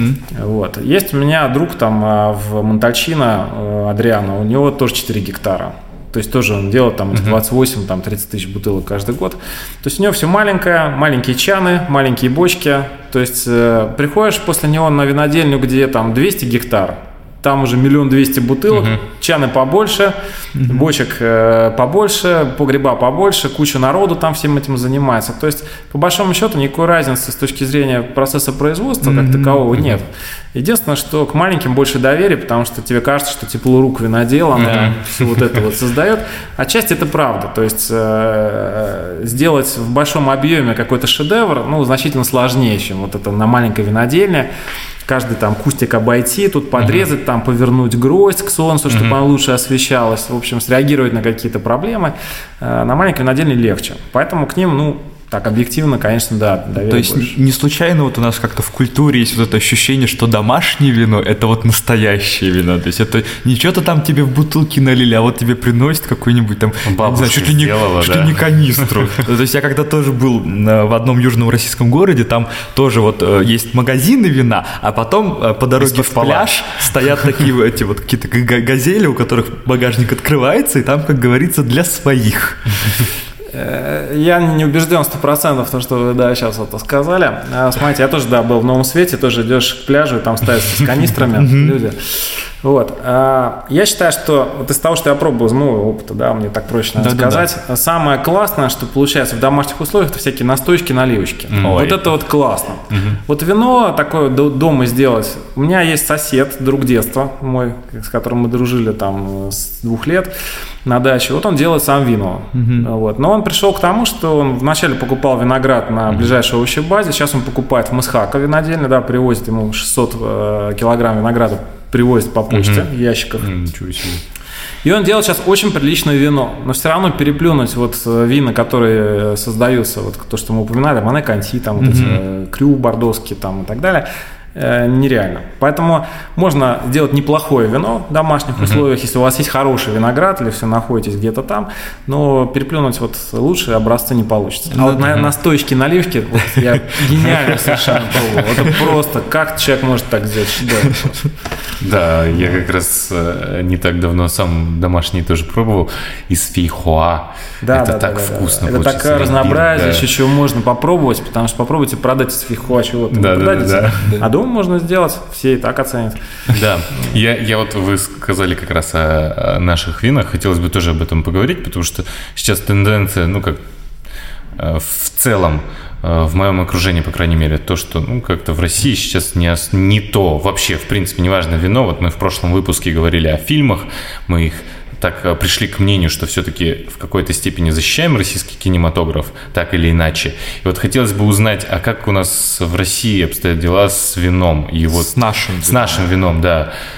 Вот. Есть у меня друг там в Монтальчино, Адриано, у него тоже 4 гектара. То есть тоже он делает там 28-30 тысяч бутылок каждый год. То есть у него все маленькое, маленькие чаны, маленькие бочки. То есть приходишь после него на винодельню, где там 200 гектар, там уже 1 200 000 бутылок, чаны побольше, бочек побольше, погреба побольше, куча народу там всем этим занимается. То есть, по большому счету, никакой разницы с точки зрения процесса производства как такового нет. Единственное, что к маленьким больше доверия, потому что тебе кажется, что тепло рук винодела, все вот это вот создает. Отчасти это правда. То есть, сделать в большом объеме какой-то шедевр, ну, значительно сложнее, чем вот это на маленькой винодельне. Каждый там кустик обойти, тут подрезать, там повернуть гроздь к солнцу, чтобы она лучше освещалась. В общем, среагировать на какие-то проблемы. На маленькой винодельне легче. Поэтому к ним, ну, так, объективно, конечно, да, доверие. То есть больше. Не случайно вот у нас как-то в культуре есть вот это ощущение, что домашнее вино – это вот настоящее вино. То есть это не что-то там тебе в бутылке налили, а вот тебе приносят какой-нибудь там, бабушка чуть ли не канистру. То есть я когда тоже был в одном южном российском городе, там тоже вот есть магазины вина, а потом по дороге в пляж стоят такие эти вот какие-то газели, у которых багажник открывается, и там, как говорится, для своих. Я не убежден 100% в том, что вы, да, сейчас это сказали. Смотрите, я тоже, да, был в Новом Свете, тоже идешь к пляжу, и там ставятся с канистрами люди. Вот. Я считаю, что вот из того, что я пробовал из моего опыта, да, мне так проще сказать, самое классное, что получается в домашних условиях, это всякие настойки, наливочки. Вот это вот классно. Вот вино такое дома сделать. У меня есть сосед, друг детства мой, с которым мы дружили там с 2 лет на даче. Вот он делает сам вино. Вот. Но он пришел к тому, что он вначале покупал виноград на ближайшей овощебазе, сейчас он покупает в Мысхака винодельня, да, привозит ему 600 килограмм винограда, привозит по почте в ящиках. Ничего себе. И он делает сейчас очень приличное вино. Но все равно переплюнуть вот вина, которые создаются, вот то, что мы упоминали, Романе Конти, там вот эти крю бордоские там и так далее, нереально. Поэтому можно сделать неплохое вино в домашних условиях, если у вас есть хороший виноград или все находитесь где-то там, но переплюнуть вот лучшие образцы не получится. А вот на стоечке наливки вот, я гениально совершенно пробовал. Это просто, как человек может так сделать? Да, я как раз не так давно сам домашний тоже пробовал из фейхоа. Да, это да, так да, вкусно. Это такое разнообразие, еще чего можно попробовать, потому что попробуйте продать из фейхоа чего-то. Да. А дома можно сделать, все и так оценят. Да, я вот, вы сказали как раз о наших винах, хотелось бы тоже об этом поговорить, потому что сейчас тенденция, ну как в целом, в моем окружении, по крайней мере, то, что, ну, как-то в России сейчас не то, вообще, в принципе, неважно вино, вот мы в прошлом выпуске говорили о фильмах, мы их так пришли к мнению, что все-таки в какой-то степени защищаем российский кинематограф, так или иначе. И вот хотелось бы узнать, а как у нас в России обстоят дела с вином? И вот с нашим вином, да.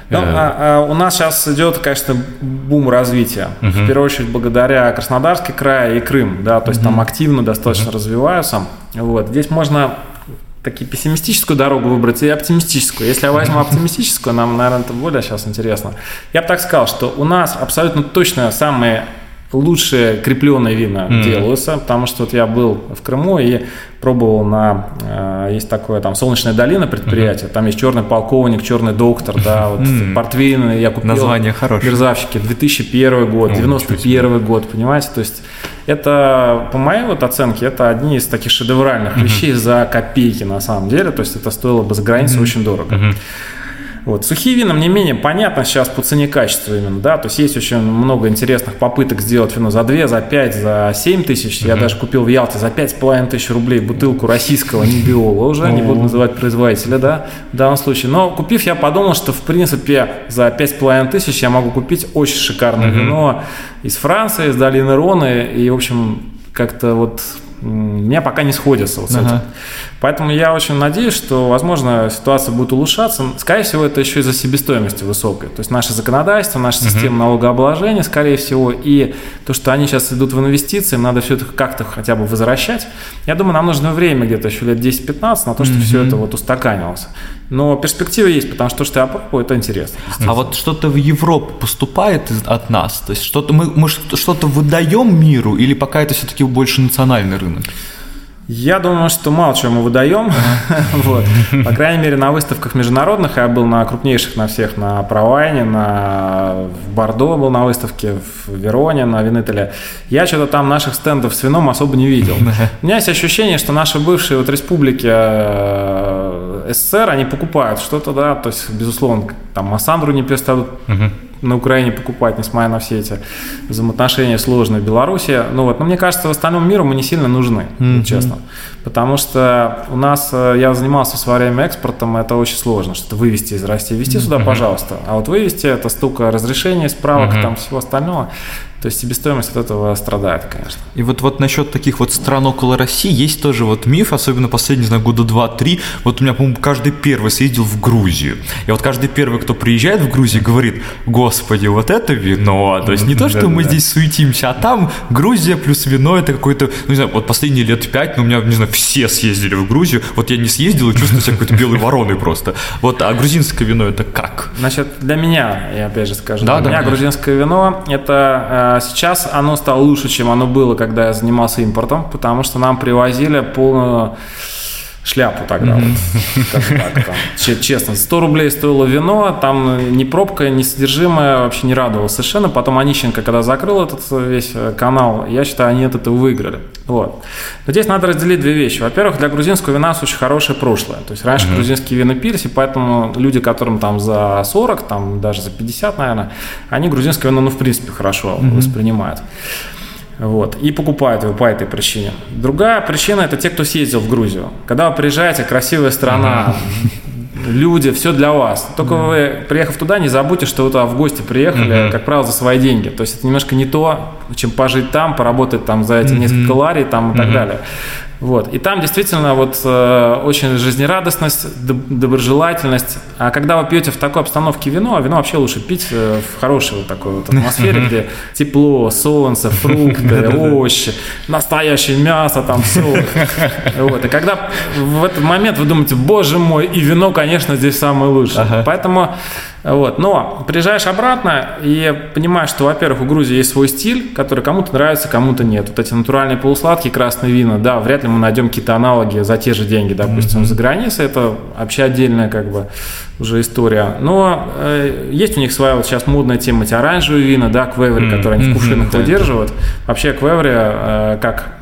Ну, у нас сейчас идет, конечно, бум развития. В первую очередь благодаря Краснодарский край и Крым, да, то есть там активно достаточно развиваются. Вот. Здесь можно такие пессимистическую дорогу выбрать и оптимистическую. Если я возьму оптимистическую, нам, наверное, это более сейчас интересно. Я бы так сказал, что у нас абсолютно точно самые лучшие крепленные вина делаются, потому что вот я был в Крыму и пробовал есть такое там «Солнечная долина» предприятие, там есть «Черный полковник», «Черный доктор», да, вот портвейн я купил. Название хорошее. Мерзавчики, 2001 год, 91 год, понимаете, то есть это, по моей вот оценке, это одни из таких шедевральных вещей за копейки на самом деле, то есть это стоило бы за границей очень дорого. Вот. Сухие вина, мне менее понятно сейчас по цене качества именно, да, то есть есть очень много интересных попыток сделать вино за 2, за 5, за 7 тысяч. Я даже купил в Ялте за 5,5 тысяч рублей бутылку российского Небиола уже, не буду называть производителя, да, в данном случае. Но купив, я подумал, что в принципе за 5,5 тысяч я могу купить очень шикарное вино из Франции, из долины Роны, и, в общем, как-то вот меня пока не сходятся вот с этим. Поэтому я очень надеюсь, что, возможно, ситуация будет улучшаться. Скорее всего, это еще из-за себестоимости высокой. То есть наше законодательство, наша система налогообложения, скорее всего, и то, что они сейчас идут в инвестиции, им надо все это как-то хотя бы возвращать. Я думаю, нам нужно время, где-то еще лет 10-15, на то, чтобы все это вот устаканилось. Но перспектива есть, потому что то, что я пробую, это интересно. А вот что-то в Европу поступает от нас? То есть что-то мы что-то выдаем миру, или пока это все-таки больше национальный рынок? Я думаю, что мало чего мы выдаем. Вот. По крайней мере, на выставках международных я был на крупнейших, на всех, на Провайне, в Бордо был на выставке, в Вероне, на Винителе. Я что-то там наших стендов с вином особо не видел. У меня есть ощущение, что наши бывшие вот республики СССР, они покупают что-то, да, то есть, безусловно, там Массандру не перестают на Украине покупать, несмотря на все эти взаимоотношения сложные в Беларуси. Но мне кажется, в остальном миру мы не сильно нужны, честно. Потому что у нас, я занимался в свое время экспортом, это очень сложно, что-то вывести из России, везти сюда, пожалуйста. А вот вывести, это столько разрешений, справок, там всего остального. То есть себестоимость от этого страдает, конечно. И вот насчет таких вот стран около России есть тоже вот миф, особенно последние, не знаю, года 2-3. Вот у меня, по-моему, каждый первый съездил в Грузию. И вот каждый первый, кто приезжает в Грузию, говорит: господи, вот это вино. То есть не то, что мы здесь суетимся, а там Грузия плюс вино, это какой-то, ну не знаю, вот последние лет 5, у меня, не знаю, все съездили в Грузию. Вот я не съездил и чувствую себя какой-то белой вороной просто. Вот, а грузинское вино это как? Значит, для меня, я опять же скажу, для меня грузинское вино это... Сейчас оно стало лучше, чем оно было, когда я занимался импортом, потому что нам привозили полную шляпу тогда. Честно, 100 рублей стоило вино, там ни пробка, ни содержимое, вообще не радовало совершенно. Потом Онищенко, когда закрыл этот весь канал, я считаю, они от этого выиграли. Вот. Но здесь надо разделить две вещи. Во-первых, для грузинского вина очень хорошее прошлое. То есть раньше грузинские вина пились, и поэтому люди, которым там за 40, там даже за 50, наверное, они грузинское вино, в принципе, хорошо воспринимают. Вот, и покупают его по этой причине. Другая причина – это те, кто съездил в Грузию. Когда вы приезжаете, красивая страна, люди, все для вас. Только вы, приехав туда, не забудьте, что вы туда в гости приехали, как правило, за свои деньги. То есть это немножко не то, чем пожить там, поработать там за эти несколько ларей там, и так далее. Вот. И там действительно очень жизнерадостность, доброжелательность. А когда вы пьете в такой обстановке вино, вино вообще лучше пить в хорошей такой атмосфере, где тепло, солнце, фрукты, овощи, настоящее мясо, там соль. Вот. И когда в этот момент вы думаете: боже мой, и вино, конечно, здесь самое лучшее. Поэтому но приезжаешь обратно и понимаешь, что, во-первых, у Грузии есть свой стиль, который кому-то нравится, кому-то нет. Вот эти натуральные полусладкие красные вина, да, вряд ли мы найдем какие-то аналоги за те же деньги, допустим, за границей. Это вообще отдельная уже история. Но есть у них своя сейчас модная тема, эти оранжевые вина, да, квеври, которые они в кувшинах удерживают. Вообще квеври как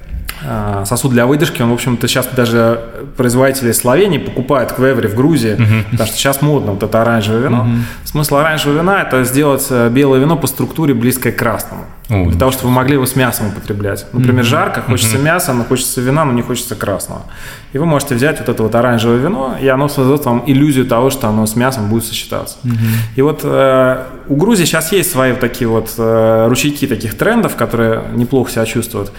сосуд для выдержки, он, в общем-то, сейчас даже производители Словении покупают квеври в Грузии, потому что сейчас модно вот это оранжевое вино. Смысл оранжевого вина – это сделать белое вино по структуре близкое к красному, для того, чтобы вы могли его с мясом употреблять. Например, жарко, хочется мяса, но хочется вина, но не хочется красного. И вы можете взять вот это оранжевое вино, и оно создаст вам иллюзию того, что оно с мясом будет сочетаться. И вот у Грузии сейчас есть свои такие ручейки таких трендов, которые неплохо себя чувствуют.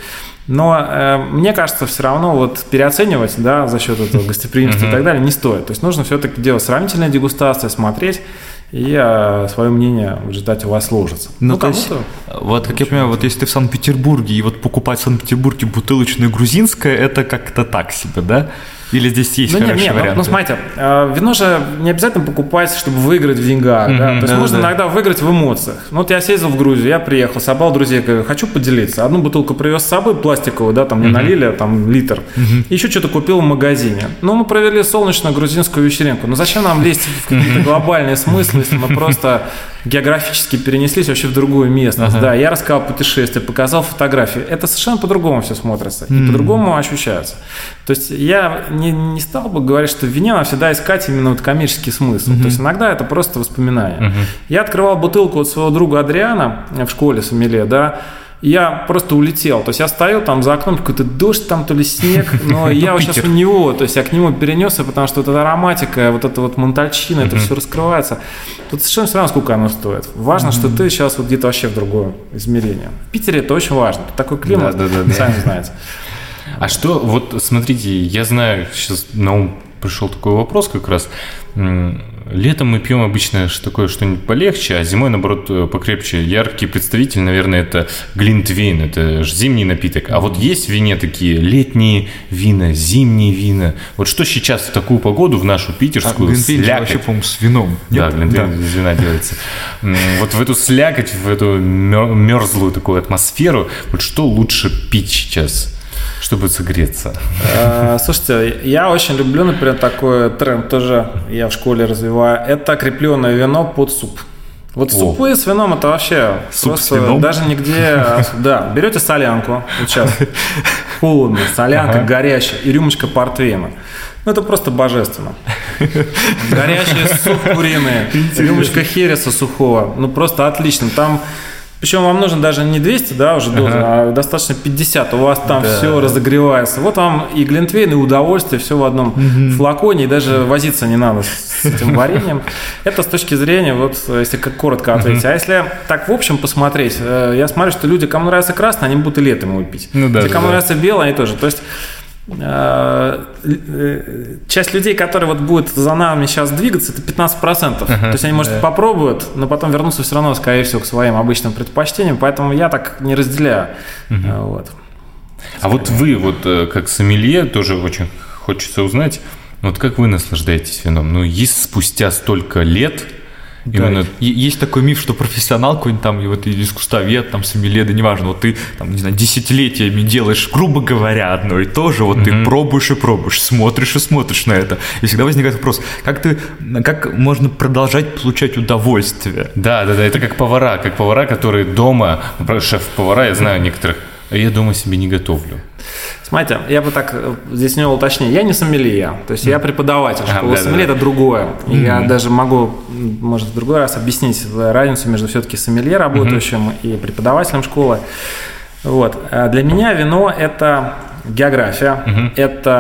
Но мне кажется, все равно переоценивать, да, за счет этого гостеприимства и так далее не стоит. То есть нужно все-таки делать сравнительные дегустации, смотреть. и свое мнение в результате у вас сложится. Ну, то есть, вот, как я понимаю, вот если ты в Санкт-Петербурге, и вот покупать в Санкт-Петербурге бутылочное грузинское, это как-то так себе, да? Или здесь есть хорошие варианты? Ну, смотрите, вино же не обязательно покупать, чтобы выиграть в деньгах. Да? То есть можно иногда выиграть в эмоциях. Ну, вот я съездил в Грузию, я приехал, собрал друзей, говорю, хочу поделиться. Одну бутылку привез с собой, пластиковую, да, там мне налили, там литр. Еще что-то купил в магазине. Ну, мы провели солнечную грузинскую вечеринку. Ну, зачем нам лезть в какие-то глобальные смыслы, если мы просто географически перенеслись вообще в другую местность? Да, я рассказал путешествие, показал фотографии. Это совершенно по-другому все смотрится и по-другому ощущается. То есть я не стал бы говорить, что в вине надо всегда искать именно вот коммерческий смысл. То есть иногда это просто воспоминания. Я открывал бутылку от своего друга Адриана в школе сомелье, да, и я просто улетел. То есть я стою там за окном, какой-то дождь, там то ли снег, но я вот сейчас у него, то есть я к нему перенесся, потому что вот эта ароматика, вот эта вот монтальчина, это все раскрывается. Тут совершенно все равно, сколько оно стоит. Важно, что ты сейчас вот где-то вообще в другое измерение. В Питере это очень важно. Такой климат, сами знаете. А что, вот смотрите, я знаю, сейчас на ум пришел такой вопрос как раз. Летом мы пьем обычно такое что-нибудь полегче, а зимой, наоборот, покрепче. Яркий представитель, наверное, это глинтвейн, это же зимний напиток. А вот есть в вине такие летние вина, зимние вина. Вот что сейчас в такую погоду, в нашу питерскую, глинтвейн вообще, по-моему, с вином. Да, глинтвейн из вина делается. Вот в эту слякоть, в эту мерзлую такую атмосферу, вот что лучше пить сейчас? Чтобы согреться. Слушайте, я очень люблю, например, такой тренд тоже я в школе развиваю. Это крепленное вино под суп. Вот супы с вином это вообще суп просто с вином? даже нигде. Да, берете солянку, вот сейчас холодно, солянка горячая и рюмочка портвейна. Ну, это просто божественно. Горячий суп куриный, рюмочка хереса сухого. Ну, просто отлично. Там причем вам нужно даже не 200, да, уже дозы, а достаточно 50. У вас там все разогревается. Вот вам и глинтвейн, и удовольствие, все в одном флаконе, и даже возиться не надо с этим вареньем. Это с точки зрения, вот, если как коротко ответить. А если так в общем посмотреть, я смотрю, что люди, кому нравится красное, они будут и летом его пить. Кому нравится белое, они тоже. То есть часть людей, которые вот будут за нами сейчас двигаться, это 15%. То есть они, может, попробуют, но потом вернутся все равно, скорее всего, к своим обычным предпочтениям. Поэтому я так не разделяю. Вот. А вот вы, вот как сомелье, тоже очень хочется узнать, вот как вы наслаждаетесь вином? Ну, есть спустя столько лет. Да. Именно... Есть такой миф, что профессионал какой-нибудь там, и вот искусствовед, там, сомелье, да неважно, вот ты там, не знаю, десятилетиями делаешь, грубо говоря, одно и то же, вот ты пробуешь и пробуешь, смотришь и смотришь на это. И всегда возникает вопрос, как можно продолжать получать удовольствие? Да, это как повара, которые дома, шеф-повара, я знаю некоторых, я дома себе не готовлю. Смотрите, я бы так здесь не уточнил. Я не сомелье, то есть я преподаватель школы. Сомелье – это другое. И я даже могу, может, в другой раз объяснить разницу между все-таки сомелье работающим и преподавателем школы. Вот. Для меня вино – это география,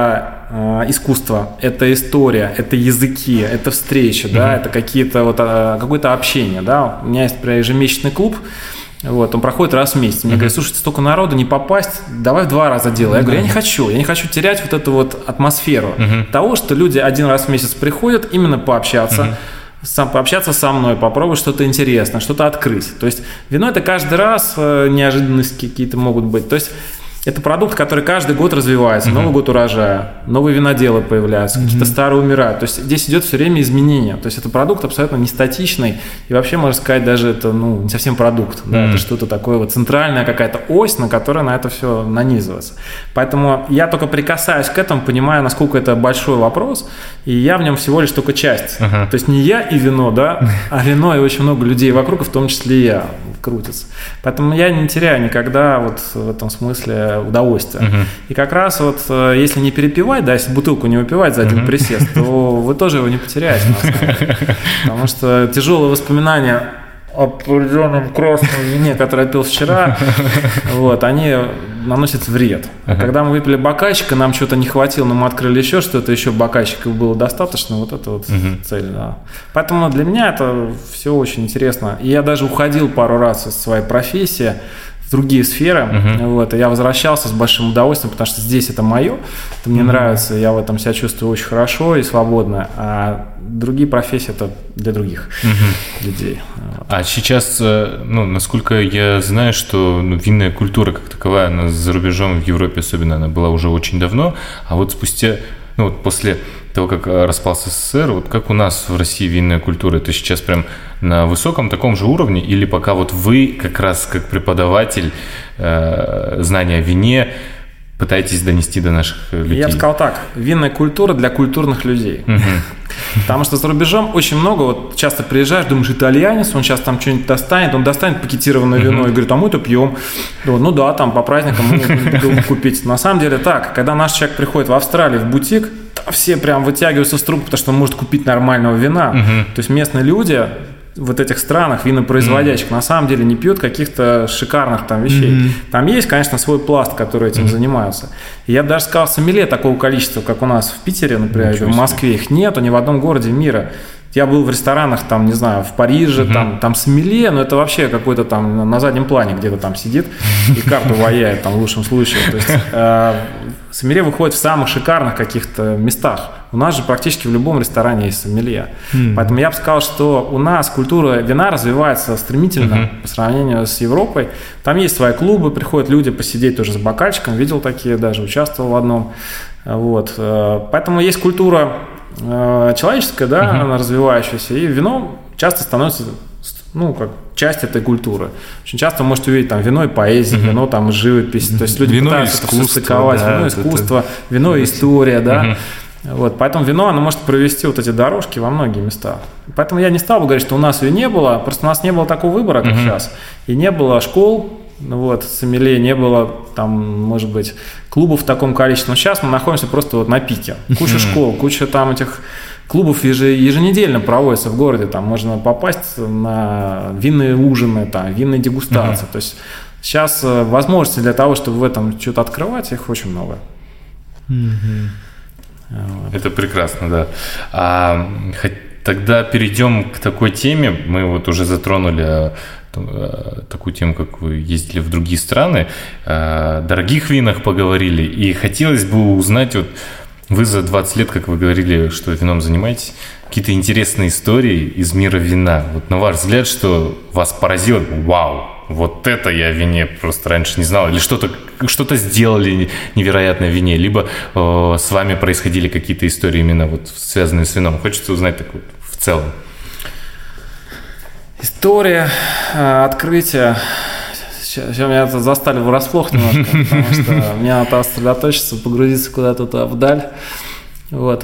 это искусство, это история, это языки, это встречи, да, это какие-то вот, какое-то общение. Да. У меня есть, например, ежемесячный клуб. Вот, он проходит раз в месяц. Мне говорят, слушайте, столько народу, не попасть, давай в 2 раза делай. Я говорю, я не хочу терять вот эту вот атмосферу того, что люди 1 раз в месяц приходят именно пообщаться, пообщаться со мной, попробовать что-то интересное, что-то открыть. То есть вино – это каждый раз неожиданности какие-то могут быть. То есть это продукт, который каждый год развивается, Новый год урожая, новые виноделы появляются, какие-то старые умирают. То есть здесь идет все время изменение. То есть это продукт абсолютно не статичный, и вообще, можно сказать, даже это не совсем продукт. Да, это что-то такое вот центральная какая-то ось, на которой на это все нанизывается. Поэтому я только прикасаюсь к этому, понимаю, насколько это большой вопрос, и я в нем всего лишь только часть. То есть не я и вино, да, а вино и очень много людей вокруг, и в том числе и я, крутится. Поэтому я не теряю никогда вот в этом смысле удовольствие. И как раз вот если не перепивать, да, если бутылку не выпивать за один присест, то вы тоже его не потеряете, на самом деле. Потому что тяжелые воспоминания о определенном красном вине, который я пил вчера, вот, они наносят вред. Когда мы выпили бокальчик, и нам чего-то не хватило, но мы открыли еще что-то, еще бокальчиков было достаточно, вот это вот цель, да. Поэтому для меня это все очень интересно. И я даже уходил пару раз из своей профессии другие сферы. Вот, и я возвращался с большим удовольствием, потому что здесь это мое, это мне нравится, я в этом себя чувствую очень хорошо и свободно, а другие профессии это для других людей. Вот. А сейчас, насколько я знаю, что винная культура как таковая, она за рубежом, в Европе особенно, она была уже очень давно, а вот спустя, после того, как распался СССР, вот как у нас в России винная культура, это сейчас прям на высоком таком же уровне, или пока вот вы как раз как преподаватель знания о вине пытаетесь донести до наших людей? Я бы сказал так, винная культура для культурных людей. Потому что за рубежом очень много, вот часто приезжаешь, думаешь, итальянец, он сейчас там что-нибудь достанет, он достанет пакетированное вино и говорит, а мы-то пьем. Ну да, там по праздникам мы купить. На самом деле так, когда наш человек приходит в Австралию в бутик, там все прям вытягиваются с труб, потому что он может купить нормального вина. То есть местные люди в вот этих странах, винопроизводящих, на самом деле не пьют каких-то шикарных там вещей. Там есть, конечно, свой пласт, который этим занимаются. И я бы даже сказал, сомелье такого количества, как у нас в Питере, например, или в Москве, их нету ни в одном городе мира. Я был в ресторанах, там, не знаю, в Париже, там сомелье, но это вообще какой-то там на заднем плане где-то там сидит и карту ваяет, там, в лучшем случае. То есть сомелье выходит в самых шикарных каких-то местах. У нас же практически в любом ресторане есть сомелье. Поэтому я бы сказал, что у нас культура вина развивается стремительно по сравнению с Европой. Там есть свои клубы, приходят люди посидеть тоже с бокальчиком, видел такие даже, участвовал в одном. Вот. Поэтому есть культура человеческая, да, она развивающаяся, и вино часто становится, как часть этой культуры. Очень часто вы можете увидеть там вино и поэзия, вино там и живопись, то есть люди пытаются это все стыковать, вино, искусство, вино и история, да. Вот, поэтому вино, оно может провести вот эти дорожки во многие места. Поэтому я не стал бы говорить, что у нас ее не было, просто у нас не было такого выбора, как сейчас, и не было школ, сомелье, не было там, может быть, клубов в таком количестве. Но сейчас мы находимся просто вот на пике. Куча школ, куча там этих клубов еженедельно проводится в городе. Там можно попасть на винные ужины, там, винные дегустации. То есть сейчас возможностей для того, чтобы в этом что-то открывать, их очень много. Вот. Это прекрасно, да. Тогда перейдем к такой теме. Мы вот уже затронули такую тему, как вы ездили в другие страны, о дорогих винах поговорили, и хотелось бы узнать, вот вы за 20 лет, как вы говорили, что вином занимаетесь, какие-то интересные истории из мира вина. Вот на ваш взгляд, что вас поразило? Вау, вот это я о вине просто раньше не знал, или что-то сделали невероятное в вине, либо с вами происходили какие-то истории именно вот связанные с вином. Хочется узнать так вот в целом. История, открытие. Сейчас меня это застали врасплох немножко, потому что мне надо сосредоточиться, погрузиться куда-то туда вдаль. Вот.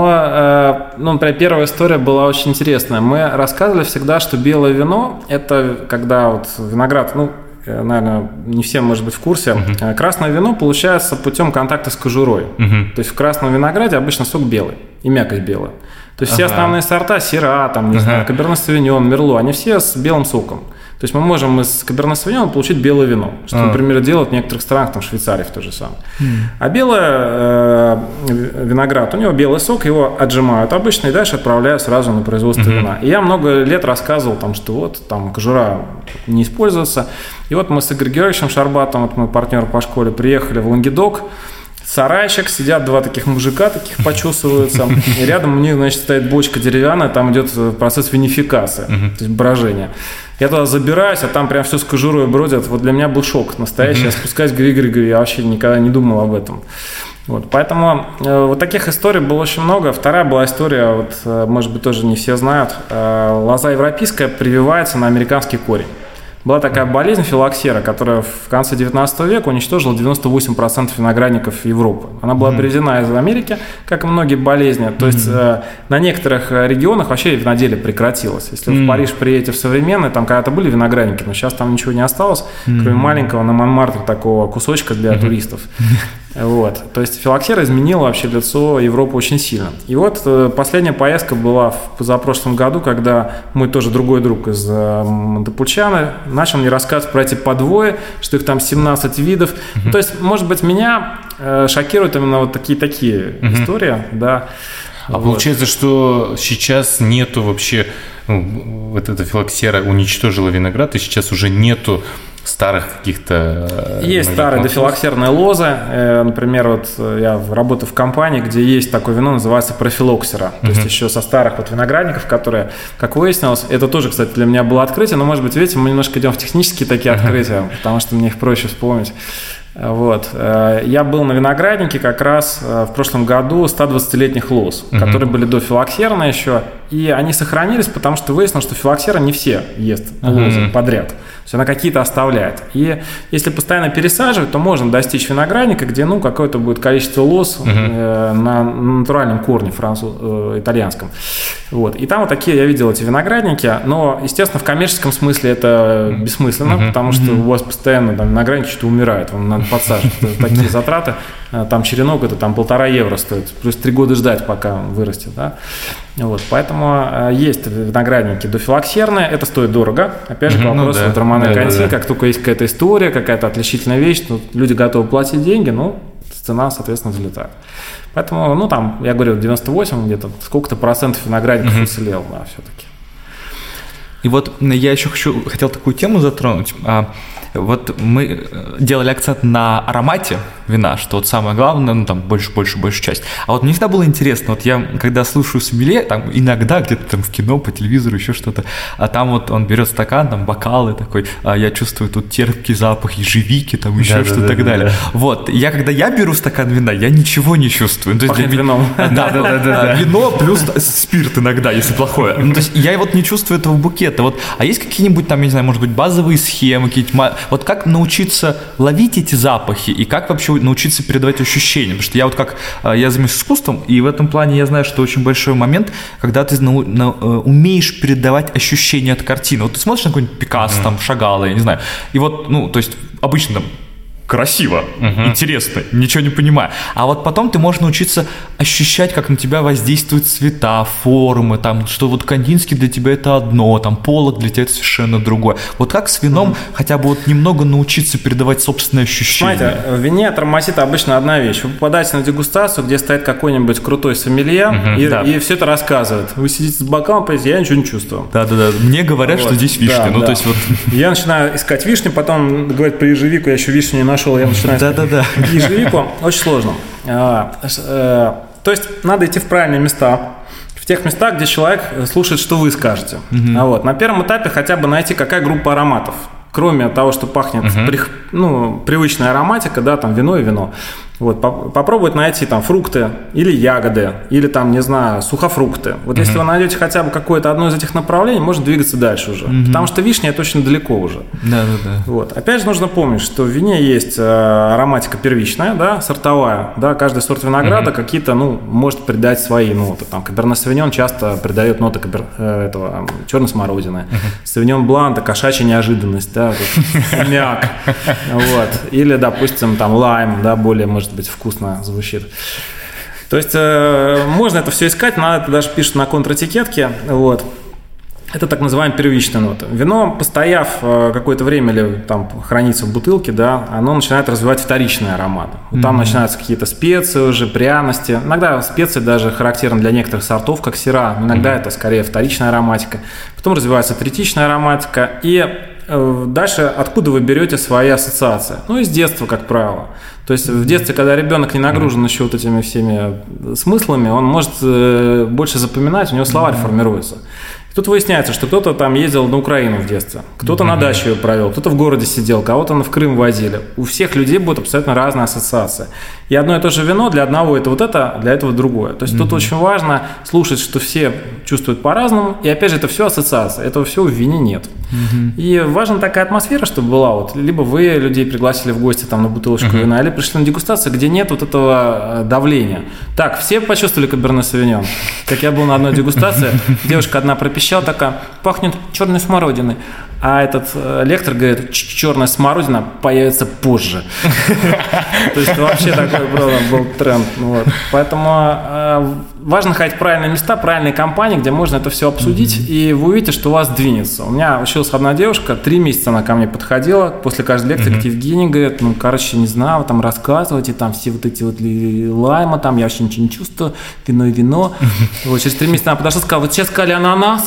Но, например, первая история была очень интересная. Мы рассказывали всегда, что белое вино – это когда вот виноград, наверное, не все, может быть, в курсе, красное вино получается путем контакта с кожурой. То есть в красном винограде обычно сок белый и мякоть белая. То есть все основные сорта, сира, там, не знаю, каберне савиньон, мерло, они все с белым соком. То есть мы можем из каберне савиньона получить белое вино, что, например, делают в некоторых странах, там, в Швейцарии в то же самое. А белый виноград, у него белый сок, его отжимают обычно и дальше отправляют сразу на производство вина. И я много лет рассказывал, там, что вот там кожура не используется. И вот мы с Игорем Георгиевичем Шарбатом, вот мой партнер по школе, приехали в Лангедок. Сарайчик, сидят два таких мужика, таких почесываются, и рядом у них, значит, стоит бочка деревянная, там идет процесс винификации, то есть брожения. Я туда забираюсь, а там прям все с кожурой бродят. Вот для меня был шок настоящий. Я спускаюсь, говорю, я вообще никогда не думал об этом. Вот, поэтому вот таких историй было очень много. Вторая была история, вот, может быть, тоже не все знают. Лоза европейская прививается на американский корень. Была такая болезнь филоксера, которая в конце 19 века уничтожила 98% виноградников Европы. Она была привезена из Америки, как и многие болезни. То есть на некоторых регионах вообще виноделие прекратилось. Если вы в Париж приедете в современный, там когда-то были виноградники, но сейчас там ничего не осталось, кроме маленького на Монмартре такого кусочка для туристов. Вот. То есть филоксера изменила вообще лицо Европы очень сильно. И вот последняя поездка была в позапрошлом году, когда мой тоже другой друг из Монтепульчано начал мне рассказывать про эти подвои, что их там 17 видов. То есть, может быть, меня шокируют именно вот такие истории, да. А вот. Получается, что сейчас нету вообще, вот эта филоксера уничтожила виноград, и сейчас уже нету старых каких-то... Есть старые дофилоксерные лозы. Например, вот я работаю в компании, где есть такое вино, называется профилоксера. То есть еще со старых вот виноградников, которые, как выяснилось, это тоже, кстати, для меня было открытие, но, может быть, видите, мы немножко идем в технические такие открытия, потому что мне их проще вспомнить. Вот. Я был на винограднике как раз в прошлом году 120-летних лоз, которые были дофилоксерные еще, и они сохранились, потому что выяснилось, что филоксера не все ест лозы подряд. То есть она какие-то оставляет. И если постоянно пересаживать, то можно достичь виноградника, где какое-то будет количество лоз на натуральном корне итальянском. Вот. И там вот такие я видел эти виноградники, но, естественно, в коммерческом смысле это бессмысленно, потому что у вас постоянно там виноградники что-то умирают, вам надо подсаживать. Такие затраты. Там черенок это там 1,5 евро стоит, плюс 3 года ждать, пока вырастет. Да? Вот. Поэтому есть виноградники дофилоксерные, это стоит дорого. Опять же, к вопросу романа Конти, как только есть какая-то история, какая-то отличительная вещь, люди готовы платить деньги, цена, соответственно, взлетает. Поэтому, там, я говорю, 98 где-то, сколько-то процентов виноградников уцелел, да, все-таки. И вот я еще хотел такую тему затронуть. Вот мы делали акцент на аромате вина, что вот самое главное, там больше часть. А вот мне всегда было интересно, вот я когда слушаю сомелье, там иногда где-то там в кино, по телевизору, еще что-то, а там вот он берет стакан, там бокалы такой, я чувствую тут терпкий запах ежевики, там еще что-то и так далее. Вот, когда я беру стакан вина, я ничего не чувствую. Пахнет вином. Да, вино плюс спирт иногда, если плохое. То есть я вот не чувствую этого букета. Вот, а есть какие-нибудь там, я не знаю, может быть, базовые схемы, какие-то... Вот как научиться ловить эти запахи и как вообще научиться передавать ощущения? Потому что я вот я занимаюсь искусством, и в этом плане я знаю, что очень большой момент, когда ты умеешь передавать ощущения от картины. Вот ты смотришь на какой-нибудь Пикассо, там, Шагала, я не знаю, и вот, то есть обычно там красиво, интересно, ничего не понимаю. А вот потом ты можешь научиться ощущать, как на тебя воздействуют цвета, формы, там, что вот Кандинский для тебя это одно, там, Поллок для тебя это совершенно другое. Вот как с вином хотя бы вот немного научиться передавать собственные ощущения? Смотрите, в вине тормозит обычно одна вещь. Вы попадаете на дегустацию, где стоит какой-нибудь крутой сомелье, и все это рассказывает. Вы сидите с бокалом, я ничего не чувствую. Да-да-да, мне говорят, что здесь вишня. То есть вот... Я начинаю искать вишню, потом говорят про ежевику, я еще вишню не нашел. Я начинаю ежевику, очень сложно. То есть надо идти в правильные места, в тех местах, где человек слушает, что вы скажете. На первом этапе хотя бы найти, какая группа ароматов. Кроме того, что пахнет привычная ароматика, да, там вино и вино. Вот, попробовать найти там фрукты или ягоды, или там, не знаю, сухофрукты. Вот если вы найдете хотя бы какое-то одно из этих направлений, можно двигаться дальше уже. Потому что вишня – это очень далеко уже. Да. Вот. Опять же, нужно помнить, что в вине есть ароматика первичная, да, сортовая. Да, каждый сорт винограда какие-то, может придать свои ноты. Там Каберне Савиньон часто придает ноты черной смородины. Савиньон Блан – это кошачья неожиданность, да, мяк. Вот. Или, допустим, там лайм, да, более, может быть, вкусно звучит. То есть можно это все искать, надо это даже пишут на контр-этикетке. Вот. Это так называемая первичная нота. Вино, постояв какое-то время или там хранится в бутылке, да, оно начинает развивать вторичные ароматы. Вот там начинаются какие-то специи уже, пряности. Иногда специи даже характерны для некоторых сортов, как сира. Иногда это скорее вторичная ароматика. Потом развивается третичная ароматика. И дальше откуда вы берете свои ассоциации? Из детства, как правило. То есть в детстве, когда ребенок не нагружен еще вот этими всеми смыслами, он может больше запоминать, у него словарь формируется. И тут выясняется, что кто-то там ездил на Украину в детстве, кто-то на даче ее провел, кто-то в городе сидел, кого-то в Крым возили. У всех людей будут абсолютно разные ассоциации. И одно и то же вино для одного это вот это, для этого другое. То есть тут очень важно слушать, что все чувствуют по-разному. И опять же, это все ассоциация, этого всего в вине нет. И важна такая атмосфера, чтобы была. Вот, либо вы людей пригласили в гости там, на бутылочку вина, или пришли на дегустацию, где нет вот этого давления. Так, все почувствовали Каберне Савиньон? Как я был на одной дегустации, девушка одна пропищала такая: пахнет черной смородиной. А этот лектор говорит: черная смородина появится позже. То есть вообще такой был тренд. Поэтому важно ходить в правильные места, правильные компании, где можно это все обсудить, и вы увидите, что у вас двинется. У меня училась одна девушка, 3 месяца она ко мне подходила, после каждой лекции к Евгении говорит: не знаю, там рассказывайте, там все вот эти вот лаймы, там я вообще ничего не чувствую, вино и вино. Вот через 3 месяца она подошла и сказала: вот сейчас сказали ананас,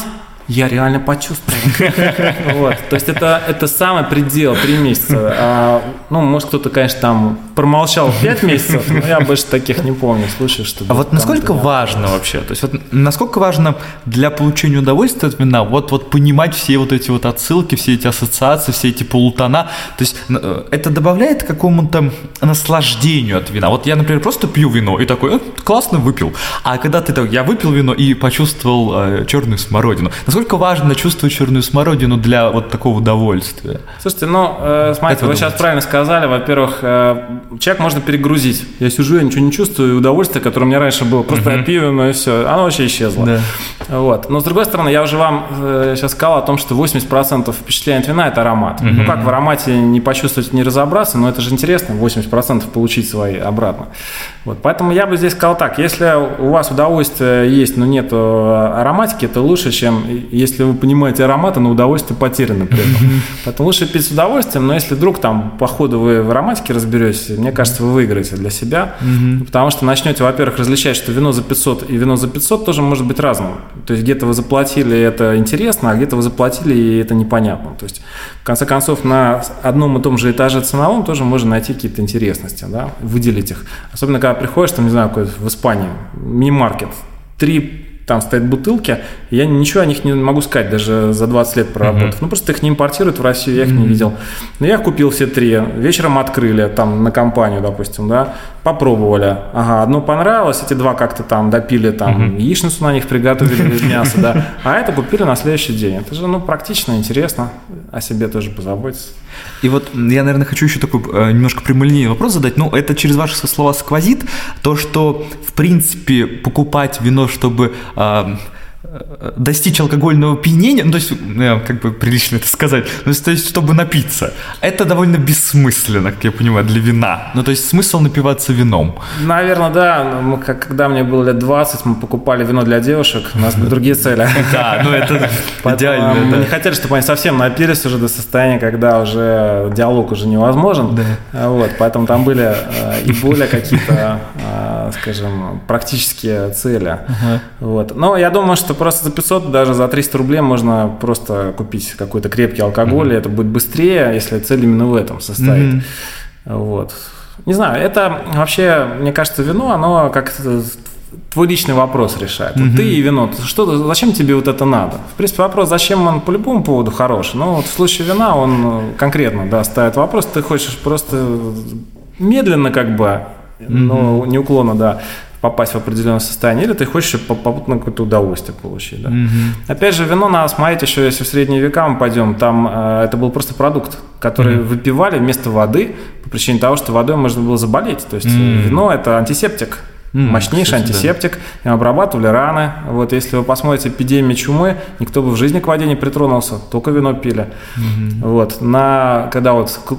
я реально почувствовал. Вот. То есть это самый предел, 3 месяца. Может, кто-то, конечно, там промолчал 5 месяцев, но я больше таких не помню случаев, что... А вот насколько важно вообще, то есть вот насколько важно для получения удовольствия от вина вот понимать все вот эти вот отсылки, все эти ассоциации, все эти полутона, то есть это добавляет какому-то наслаждению от вина. Вот я, например, просто пью вино и такой, классно, выпил. А когда я выпил вино и почувствовал черную смородину, насколько важно чувствовать черную смородину для вот такого удовольствия? Слушайте, смотрите, вы сейчас правильно сказали. Во-первых, человек можно перегрузить. Я сижу, я ничего не чувствую, и удовольствие, которое у меня раньше было, просто я пью, но и все, оно вообще исчезло. Да. Вот. Но с другой стороны, я уже вам сейчас сказал о том, что 80% впечатления от вина – это аромат. Как в аромате не почувствовать, не разобраться, но это же интересно, 80% получить свои обратно. Вот. Поэтому я бы здесь сказал так, если у вас удовольствие есть, но нет ароматики, это лучше, чем если вы понимаете ароматы, но удовольствие потеряно при этом. Поэтому лучше пить с удовольствием, но если вдруг там по ходу вы в ароматике разберетесь, мне кажется, вы выиграете для себя, потому что начнете, во-первых, различать, что вино за 500 и вино за 500 тоже может быть разным. То есть где-то вы заплатили, и это интересно, а где-то вы заплатили, и это непонятно. То есть, в конце концов, на одном и том же этаже ценовом тоже можно найти какие-то интересности, да, выделить их. Особенно, когда приходишь, там, не знаю, в Испанию, мини-маркет, 3 там стоят бутылки, и я ничего о них не могу сказать, даже за 20 лет проработав. Просто их не импортируют в Россию, я их не видел. Но я купил все 3, вечером открыли, там, на компанию, допустим, да, попробовали. Ага, одно понравилось, эти 2 как-то там допили, там, яичницу на них приготовили из мяса, да, а это купили на следующий день. Это же, практично, интересно, о себе тоже позаботиться. И вот я, наверное, хочу еще такой немножко прямолинейный вопрос задать. Это через ваши слова сквозит, то, что, в принципе, покупать вино, чтобы достичь алкогольного опьянения, то есть, как бы прилично это сказать, то есть, чтобы напиться, это довольно бессмысленно, как я понимаю, для вина. То есть, смысл напиваться вином. Наверное, да. Когда мне было лет 20, мы покупали вино для девушек, у нас были другие цели. Да, это идеально. Мы не хотели, чтобы они совсем напились уже до состояния, когда уже диалог уже невозможен. Вот, поэтому там были и более какие-то, скажем, практические цели. Вот. Но я думаю, что просто за 500, даже за 300 рублей можно просто купить какой-то крепкий алкоголь, и это будет быстрее, если цель именно в этом состоит. Вот. Не знаю, это вообще, мне кажется, вино, оно как-то твой личный вопрос решает. Ты и вино, зачем тебе вот это надо? В принципе, вопрос, зачем он по любому поводу хороший, но в случае вина он конкретно, ставит вопрос, ты хочешь просто медленно но неуклонно, попасть в определенное состояние, или ты хочешь попутно какое-то удовольствие получить. Да. Опять же, вино надо смотреть еще, если в средние века мы пойдем, там это был просто продукт, который выпивали вместо воды по причине того, что водой можно было заболеть. То есть вино – это антисептик, мощнейший антисептик, обрабатывали раны. Вот если вы посмотрите эпидемию чумы, никто бы в жизни к воде не притронулся, только вино пили. Вот. Когда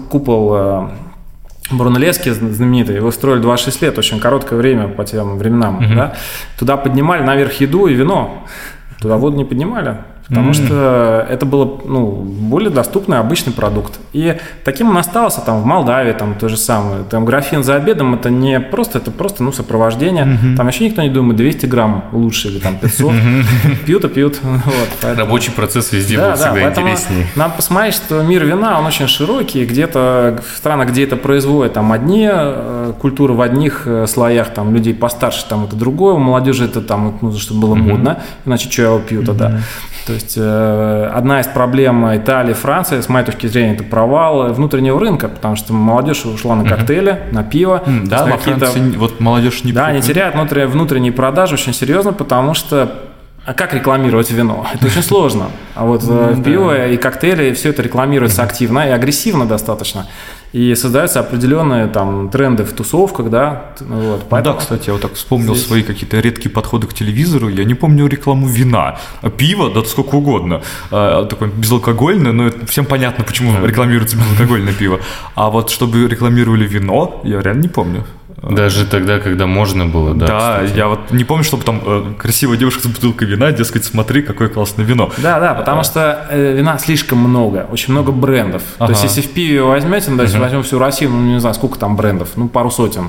купол Брунеллески знаменитый, его строили 26 лет, очень короткое время по тем временам. Да? Туда поднимали наверх еду и вино, туда воду не поднимали, потому что это было более доступный обычный продукт. И таким он остался там, в Молдавии, там то же самое. Там графин за обедом это не просто, это просто сопровождение. Там еще никто не думает, 200 грамм лучше или там 500. Пьют и пьют. Вот, рабочий процесс везде был всегда интереснее. Надо посмотреть, что мир вина, он очень широкий. Где-то в странах, где это производят, там одни культуры в одних слоях, там людей постарше, там это другое. У молодежи это там нужно, чтобы было модно, иначе что я его пью тогда. То есть одна из проблем Италии, Франции, с моей точки зрения, это провал внутреннего рынка, потому что молодежь ушла на коктейли, на пиво. Да, во Франции вот молодежь не... Да, они теряют внутренние продажи очень серьезно, потому что как рекламировать вино? Это очень сложно. А вот пиво и коктейли, все это рекламируется активно и агрессивно достаточно. И создаются определенные там тренды в тусовках, да. Вот, поэтому... Да, кстати, я вот так вспомнил свои какие-то редкие подходы к телевизору. Я не помню рекламу вина. А пиво, да сколько угодно. Такое безалкогольное, но всем понятно, почему рекламируется безалкогольное пиво. А вот чтобы рекламировали вино, я реально не помню. Даже тогда, когда можно было, да. Да, кстати. Я вот не помню, чтобы там красивая девушка с бутылкой вина, дескать, смотри, какое классное вино. Да, потому что вина слишком много, очень много брендов. То есть, если в пиве возьмете, возьмем всю Россию, не знаю, сколько там брендов, пару сотен.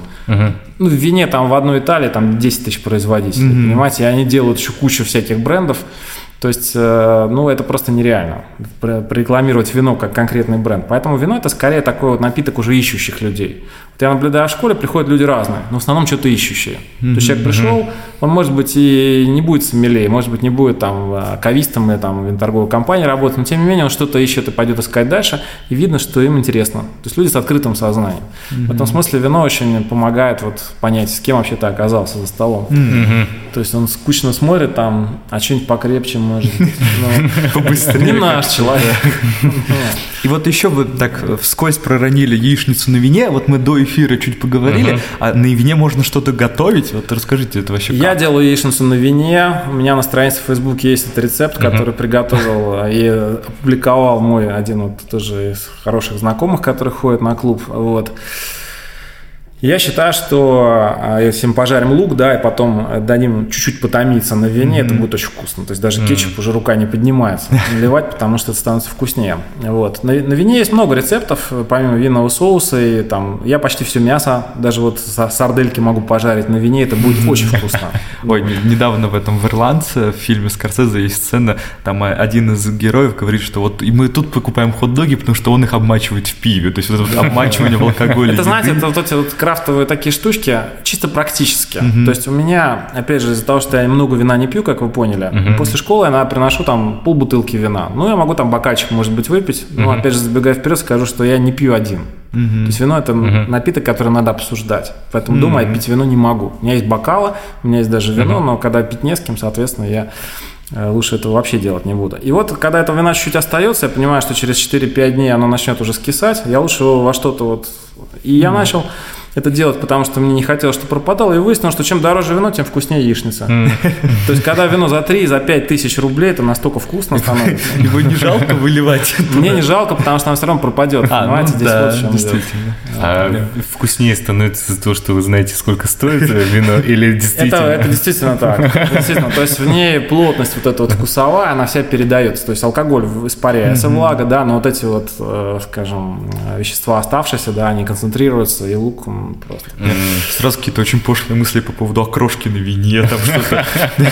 В вине там в одной Италии там 10 тысяч производителей, понимаете, и они делают еще кучу всяких брендов. То есть, это просто нереально рекламировать вино как конкретный бренд. Поэтому вино – это скорее такой вот напиток уже ищущих людей. Вот я наблюдаю в школе, приходят люди разные, но в основном что-то ищущие. То есть человек пришел, он, может быть, и не будет сомелье, может быть, не будет там кавистом или там в торговой компании работать, но тем не менее он что-то ищет и пойдет искать дальше, и видно, что им интересно. То есть люди с открытым сознанием. В этом смысле вино очень помогает вот понять, с кем вообще ты оказался за столом. То есть он скучно смотрит там, а что-нибудь покрепче может быть. Побыстрее. Не наш человек. И вот еще вы так вскользь проронили яичницу на вине. Вот мы до эфира чуть поговорили, а на вине можно что-то готовить. Вот расскажите, это вообще как? Я делаю яичницу на вине. У меня на странице в Фейсбуке есть этот рецепт, который приготовил и опубликовал мой один вот тоже из хороших знакомых, который ходит на клуб. Вот. Я считаю, что если мы пожарим лук, да, и потом дадим чуть-чуть потомиться на вине, это будет очень вкусно. То есть даже кетчуп уже рука не поднимается наливать, потому что это становится вкуснее. Вот. На вине есть много рецептов, помимо винного соуса. И, там, я почти все мясо, даже вот сардельки могу пожарить на вине, это будет очень вкусно. Ой, недавно в «Ирландце» в фильме Скорсезе есть сцена, там один из героев говорит, что вот и мы тут покупаем хот-доги, потому что он их обмачивает в пиве. То есть вот это вот обмачивание в алкоголе. Это, знаете, это вот эти вот крафтовые такие штучки чисто практически. То есть у меня, опять же, из-за того, что я много вина не пью, как вы поняли, после школы я приношу там полбутылки вина. Ну, я могу там бокальчик, может быть, выпить, но, опять же, забегая вперед, скажу, что я не пью один. То есть вино – это напиток, который надо обсуждать. Поэтому дома я пить вино не могу. У меня есть бокалы, у меня есть даже вино, но когда пить не с кем, соответственно, я лучше этого вообще делать не буду. И вот, когда это вина чуть-чуть остается, я понимаю, что через 4-5 дней оно начнет уже скисать, я лучше его во что-то вот... И я начал это делать, потому что мне не хотелось, чтобы пропадало, и выяснилось, что чем дороже вино, тем вкуснее яичница. То есть, когда вино за 3, за 5 тысяч рублей, это настолько вкусно становится. Его не жалко выливать? Мне не жалко, потому что оно все равно пропадет. Понимаете, здесь вот в чем действительно. А вкуснее становится за то, что вы знаете, сколько стоит вино, или действительно? Это действительно так. Действительно. То есть, в ней плотность вот эта вот вкусовая, она вся передается. То есть, алкоголь испаряется, влага, да, но вот эти вот, скажем, вещества оставшиеся, да, они концентрируются, и лук просто. Сразу какие-то очень пошлые мысли по поводу окрошки на вине, там что-то.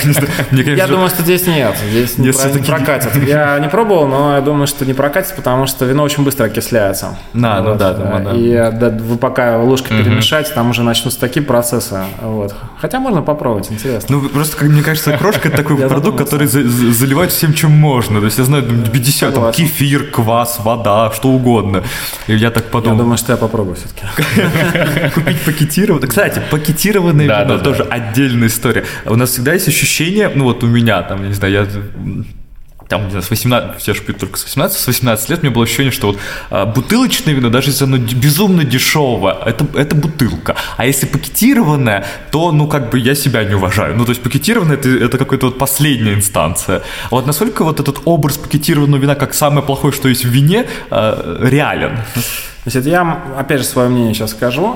Я думаю, что здесь нет. Здесь не прокатит. Я не пробовал, но я думаю, что не прокатит, потому что вино очень быстро окисляется. Ну да. И вы пока ложкой перемешаете, там уже начнутся такие процессы. Хотя можно попробовать, интересно. Ну, просто, мне кажется, окрошка – это такой продукт, который заливают всем, чем можно. То есть, я знаю, 50, там, кефир, квас, вода, что угодно. И я так подумал. Я думаю, что я попробую все-таки. Купить пакетированное. Кстати, пакетированное вино тоже отдельная история. У нас всегда есть ощущение, ну вот у меня, там, я не знаю, там, не знаю, с 18, я же пью только с 18 лет, у меня было ощущение, что вот бутылочное вино, даже если оно безумно дешевое, это бутылка. А если пакетированное, то, ну, как бы я себя не уважаю. Ну, то есть пакетированное это какая-то вот последняя инстанция. А вот насколько вот этот образ пакетированного вина, как самое плохое, что есть в вине, реален? Значит, я, опять же, свое мнение сейчас скажу.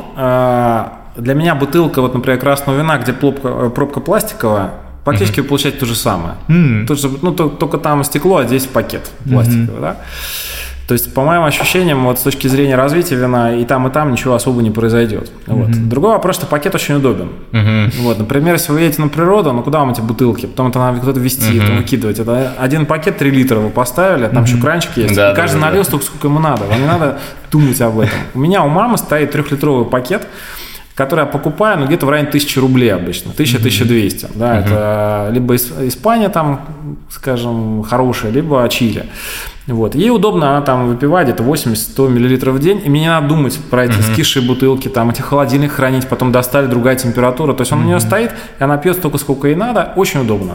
Для меня бутылка, вот, например, красного вина, где пробка пластиковая, практически вы получаете то же самое. Только там стекло, а здесь пакет пластиковый, да? То есть, по моим ощущениям, вот с точки зрения развития вина, и там ничего особо не произойдет. Другой вопрос, что пакет очень удобен. Например, если вы едете на природу, ну куда вам эти бутылки? Потом это надо куда-то везти, потом выкидывать. Это один пакет 3 литра вы поставили, там еще кранчик есть, и каждый налил столько, сколько ему надо. Вам не надо думать об этом. У меня у мамы стоит 3-литровый пакет, который я покупаю, где-то в районе 1000 рублей обычно, 1000-1200. Да, это либо Испания там, скажем, хорошая, либо Чили. Ей удобно, она там выпивает где-то 80-100 мл в день, и мне не надо думать про эти скисшие бутылки, там эти холодильник хранить, потом достали, другая температура, то есть он у нее стоит, и она пьет столько, сколько ей надо, очень удобно.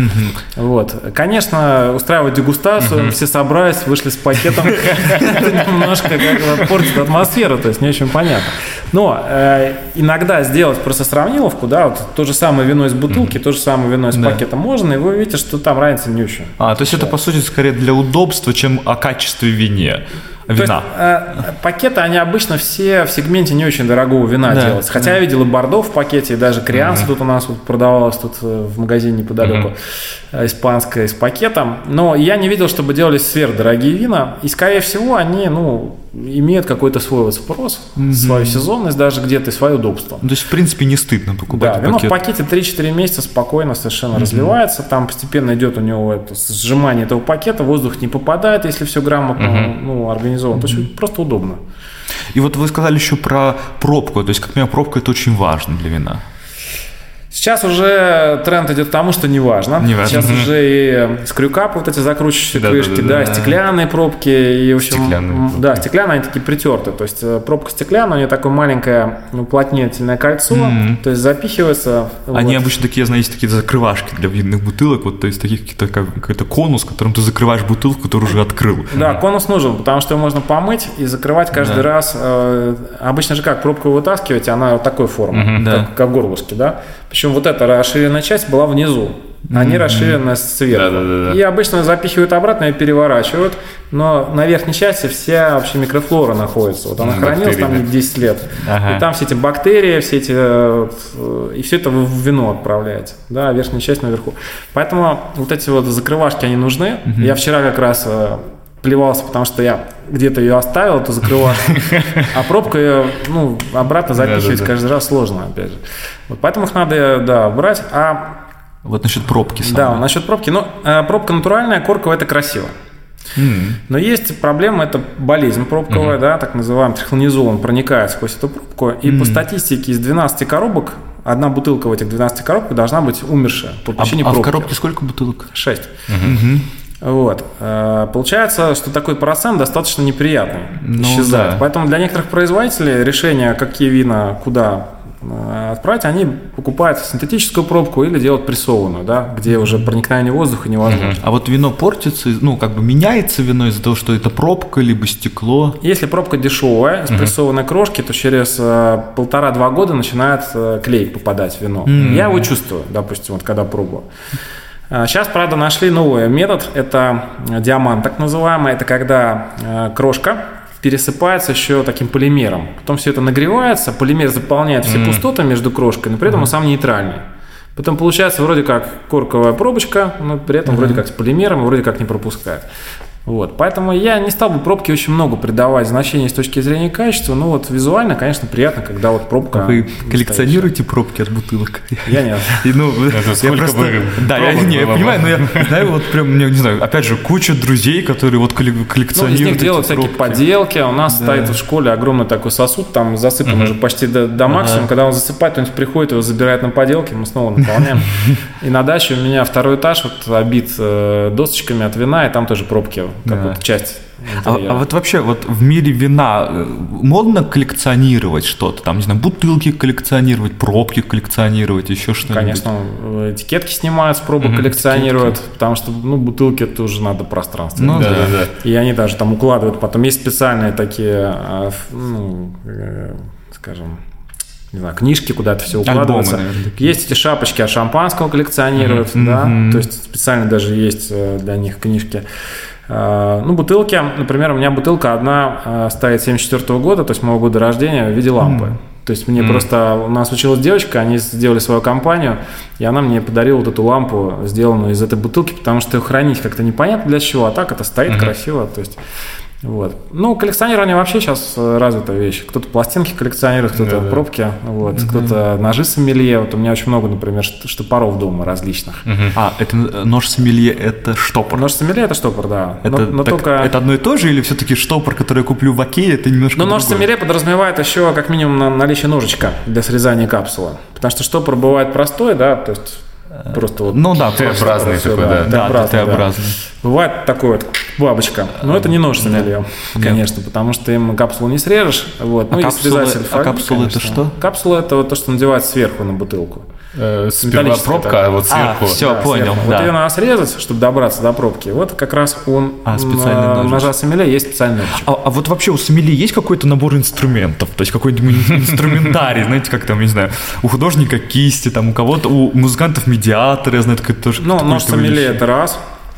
Конечно, устраивать дегустацию, все собрались, вышли с пакетом, это немножко портит атмосферу, то есть не очень понятно. Но иногда сделать просто сравниловку, да, вот то же самое вино из бутылки, то же самое вино из пакета можно, и вы увидите, что там разница не очень. То есть это, по сути, скорее для удобства, чем о качестве вина. Пакеты, они обычно все в сегменте не очень дорогого вина делаются. Хотя я видел и бордо в пакете, и даже крианца тут у нас продавалось тут в магазине неподалеку, испанское, с пакетом. Но я не видел, чтобы делались сверхдорогие вина. И, скорее всего, они, имеют какой-то свой вот спрос, свою сезонность даже где-то и свое удобство. То есть, в принципе, не стыдно покупать Да, вино пакет. в пакете 3-4 месяца спокойно совершенно разливается, там постепенно идет у него это сжимание этого пакета, воздух не попадает, если все грамотно организовано, то есть просто удобно. И вот вы сказали еще про пробку, то есть, как минимум, пробка – это очень важно для вина. Сейчас уже тренд идет к тому, что не важно. Сейчас уже и скрюкапы, вот эти закручивающие крышки, стеклянные пробки. И, в общем, стеклянные, они такие притертые. То есть пробка стеклянная, у нее такое маленькое уплотнительное кольцо, то есть запихивается. Они обычно такие, знаете, такие закрывашки для винных бутылок, вот, то есть таких какой-то конус, которым ты закрываешь бутылку, которую уже открыл. Да, конус нужен, потому что его можно помыть и закрывать каждый раз. Обычно же как, пробку вы вытаскиваете, она вот такой формы, как горлышки, да? Причем вот эта расширенная часть была внизу, а не расширенная сверху. И обычно запихивают обратно и переворачивают, но на верхней части вся вообще микрофлора находится. Вот она хранилась там 10 лет, и там все эти бактерии, и все это в вино отправляете, да, верхняя часть наверху. Поэтому вот эти вот закрывашки, они нужны. Я вчера как раз плевался, потому что я где-то ее оставил, эту закрывашку, а пробку ее, обратно запихивать каждый раз сложно, опять же. Вот поэтому их надо, брать. Вот насчет пробки. Да, насчет пробки. Пробка натуральная, корковая – это красиво. Но есть проблема, это болезнь пробковая, да, так называемый трихлонизол, он проникает сквозь эту пробку, и по статистике из 12 коробок, одна бутылка в этих 12 коробках должна быть умершая по причине пробки. А в коробке сколько бутылок? 6. Вот. Получается, что такой процент достаточно неприятный, исчезает. Да. Поэтому для некоторых производителей решение, какие вина куда отправить, они покупают синтетическую пробку или делают прессованную, да, где уже проникновение воздуха невозможно. А вот вино портится, меняется вино из-за того, что это пробка либо стекло? Если пробка дешевая, с прессованной крошки, то через 1,5-2 года начинает клей попадать в вино. Я его чувствую, допустим, вот когда пробую. Сейчас, правда, нашли новый метод, это диамант так называемый, это когда крошка пересыпается еще таким полимером, потом все это нагревается, полимер заполняет все пустоты между крошкой, но при этом он сам нейтральный. Потом получается вроде как корковая пробочка, но при этом вроде как с полимером и вроде как не пропускает. Вот. Поэтому я не стал бы пробке очень много придавать значения с точки зрения качества, но вот визуально, конечно, приятно, когда вот пробка... Вы коллекционируете пробки от бутылок? Я нет. Да, я понимаю, но я знаю, вот прям, не знаю, опять же, куча друзей, которые вот коллекционируют. Из них делают всякие поделки, у нас стоит в школе огромный такой сосуд, там засыпан уже почти до максимума, когда он засыпает, кто-нибудь приходит, его забирает на поделки, мы снова наполняем. И на даче у меня второй этаж вот обит досочками от вина, и там тоже пробки. Какую-то часть. А вот вообще вот в мире вина модно коллекционировать что-то? Там, не знаю, бутылки коллекционировать, пробки коллекционировать, еще что-нибудь? Конечно, этикетки снимают с пробок, коллекционируют, потому что, бутылки это уже надо пространство. Да. И они даже там укладывают. Потом есть специальные такие, скажем, не знаю, книжки, куда это все укладывается. Альбомы, наверное, есть эти шапочки от шампанского коллекционируют, да, то есть специально даже есть для них книжки. Бутылки, например, у меня бутылка одна стоит 1974 года, то есть моего года рождения, в виде лампы. То есть мне просто, у нас училась девочка, они сделали свою компанию, и она мне подарила вот эту лампу, сделанную из этой бутылки, потому что ее хранить как-то непонятно для чего, а так это стоит красиво, то есть... Вот. Коллекционирование вообще сейчас развитая вещь. Кто-то пластинки коллекционирует, кто-то пробки, кто-то ножи сомелье. Вот у меня очень много, например, штопоров дома различных. Это нож сомелье, это штопор? Нож сомелье – это штопор, да. Это одно и то же, или все-таки штопор, который я куплю в Окее, это немножко другое? Нож сомелье подразумевает еще как минимум наличие ножичка для срезания капсулы. Потому что штопор бывает простой, да, то есть просто вот... Т-образный такой, да. Т-образный. Бывает такой вот бабочка. Но это не нож сомелье, конечно, потому что им капсулу не срежешь. Вот. А капсула это что? Капсула это вот то, что надевают сверху на бутылку. Сперва пробка, а вот сверху. Все, понял. Вот ее надо срезать, чтобы добраться до пробки. Вот как раз у ножа сомелье есть специальный ножичек. А вот вообще у сомелье есть какой-то набор инструментов? То есть какой-нибудь инструментарий, знаете, как там, не знаю, у художника кисти, там у кого-то, у музыкантов медиаторы, я знаю, это тоже. Нож сомелье это раз.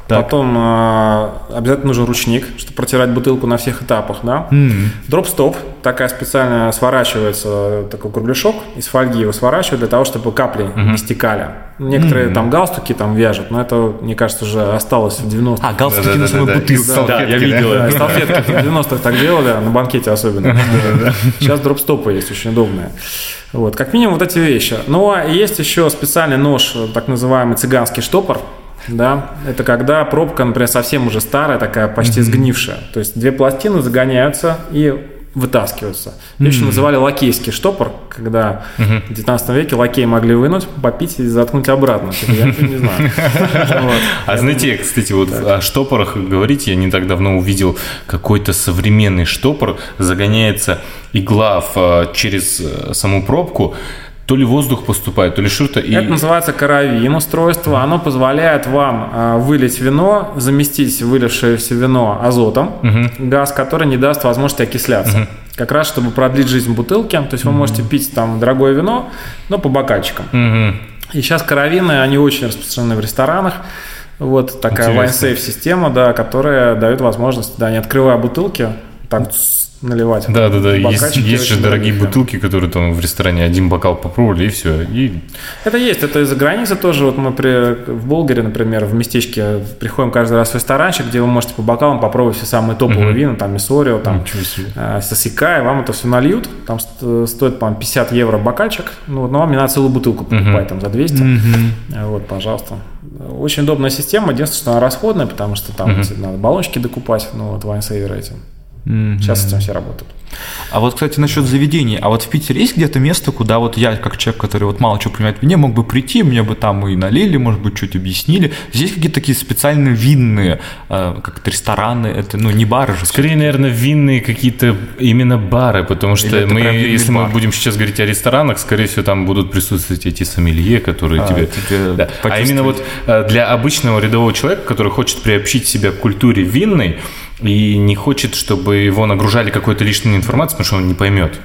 Потом обязательно нужен ручник, чтобы протирать бутылку на всех этапах, да. Дроп-стоп, такая специально сворачивается такой кругляшок, из фольги его сворачивают для того, чтобы капли не стекали. Некоторые там галстуки там вяжут, но это, мне кажется, уже осталось в 90-х. Галстуки на самой бутылке. Да, я видел. Салфетки в 90-х так делали, на банкете особенно. Сейчас дроп-стопы есть, очень удобные. Вот, как минимум вот эти вещи. Но есть еще специальный нож, так называемый цыганский штопор. Да, это когда пробка, например, совсем уже старая, такая почти сгнившая. То есть 2 пластины загоняются и вытаскиваются. Ее еще называли лакейский штопор, когда в 19 веке лакеи могли вынуть, попить и заткнуть обратно. Я не знаю. А знаете, кстати, вот о штопорах говорить, я не так давно увидел какой-то современный штопор, загоняется игла через саму пробку, то ли воздух поступает, то ли что-то. Это называется каравин устройство. Оно позволяет вам вылить вино, заместить вылившееся вино азотом, газ, который не даст возможности окисляться. Как раз, чтобы продлить жизнь бутылки. То есть вы можете пить там дорогое вино, но по бокальчикам. И сейчас каравины, они очень распространены в ресторанах. Вот такая wine-safe система, да, которая дает возможность, да, не открывая бутылки, так наливать. Да. Есть же дорогие бутылки, которые там в ресторане один бокал попробовали, и все. Это есть, это из-за границы тоже. Вот мы в Болгаре, например, в местечке приходим каждый раз в ресторанчик, где вы можете по бокалам попробовать все самые топовые вина, там Миссорио, там Сосика, и вам это все нальют. Там стоит, по-моему, 50 евро бокальчик. Но вам не надо целую бутылку покупать там за 200. Вот, пожалуйста. Очень удобная система. Единственное, что она расходная, потому что там надо баллончики докупать, вайнсейверы эти. Сейчас с этим все работают. А вот, кстати, насчет заведений. А вот в Питере есть где-то место, куда вот я, как человек, который вот мало чего понимает в вине, мог бы прийти, мне бы там и налили, может быть, чуть объяснили. Здесь какие-то такие специальные винные, как-то рестораны, это, не бары же. Скорее, наверное, винные какие-то именно бары, потому что если мы будем сейчас говорить о ресторанах, скорее всего, там будут присутствовать эти сомелье, которые тебе да. А именно вот для обычного рядового человека, который хочет приобщить себя к культуре винной, и не хочет, чтобы его нагружали какой-то лишней информацией, потому что он не поймет.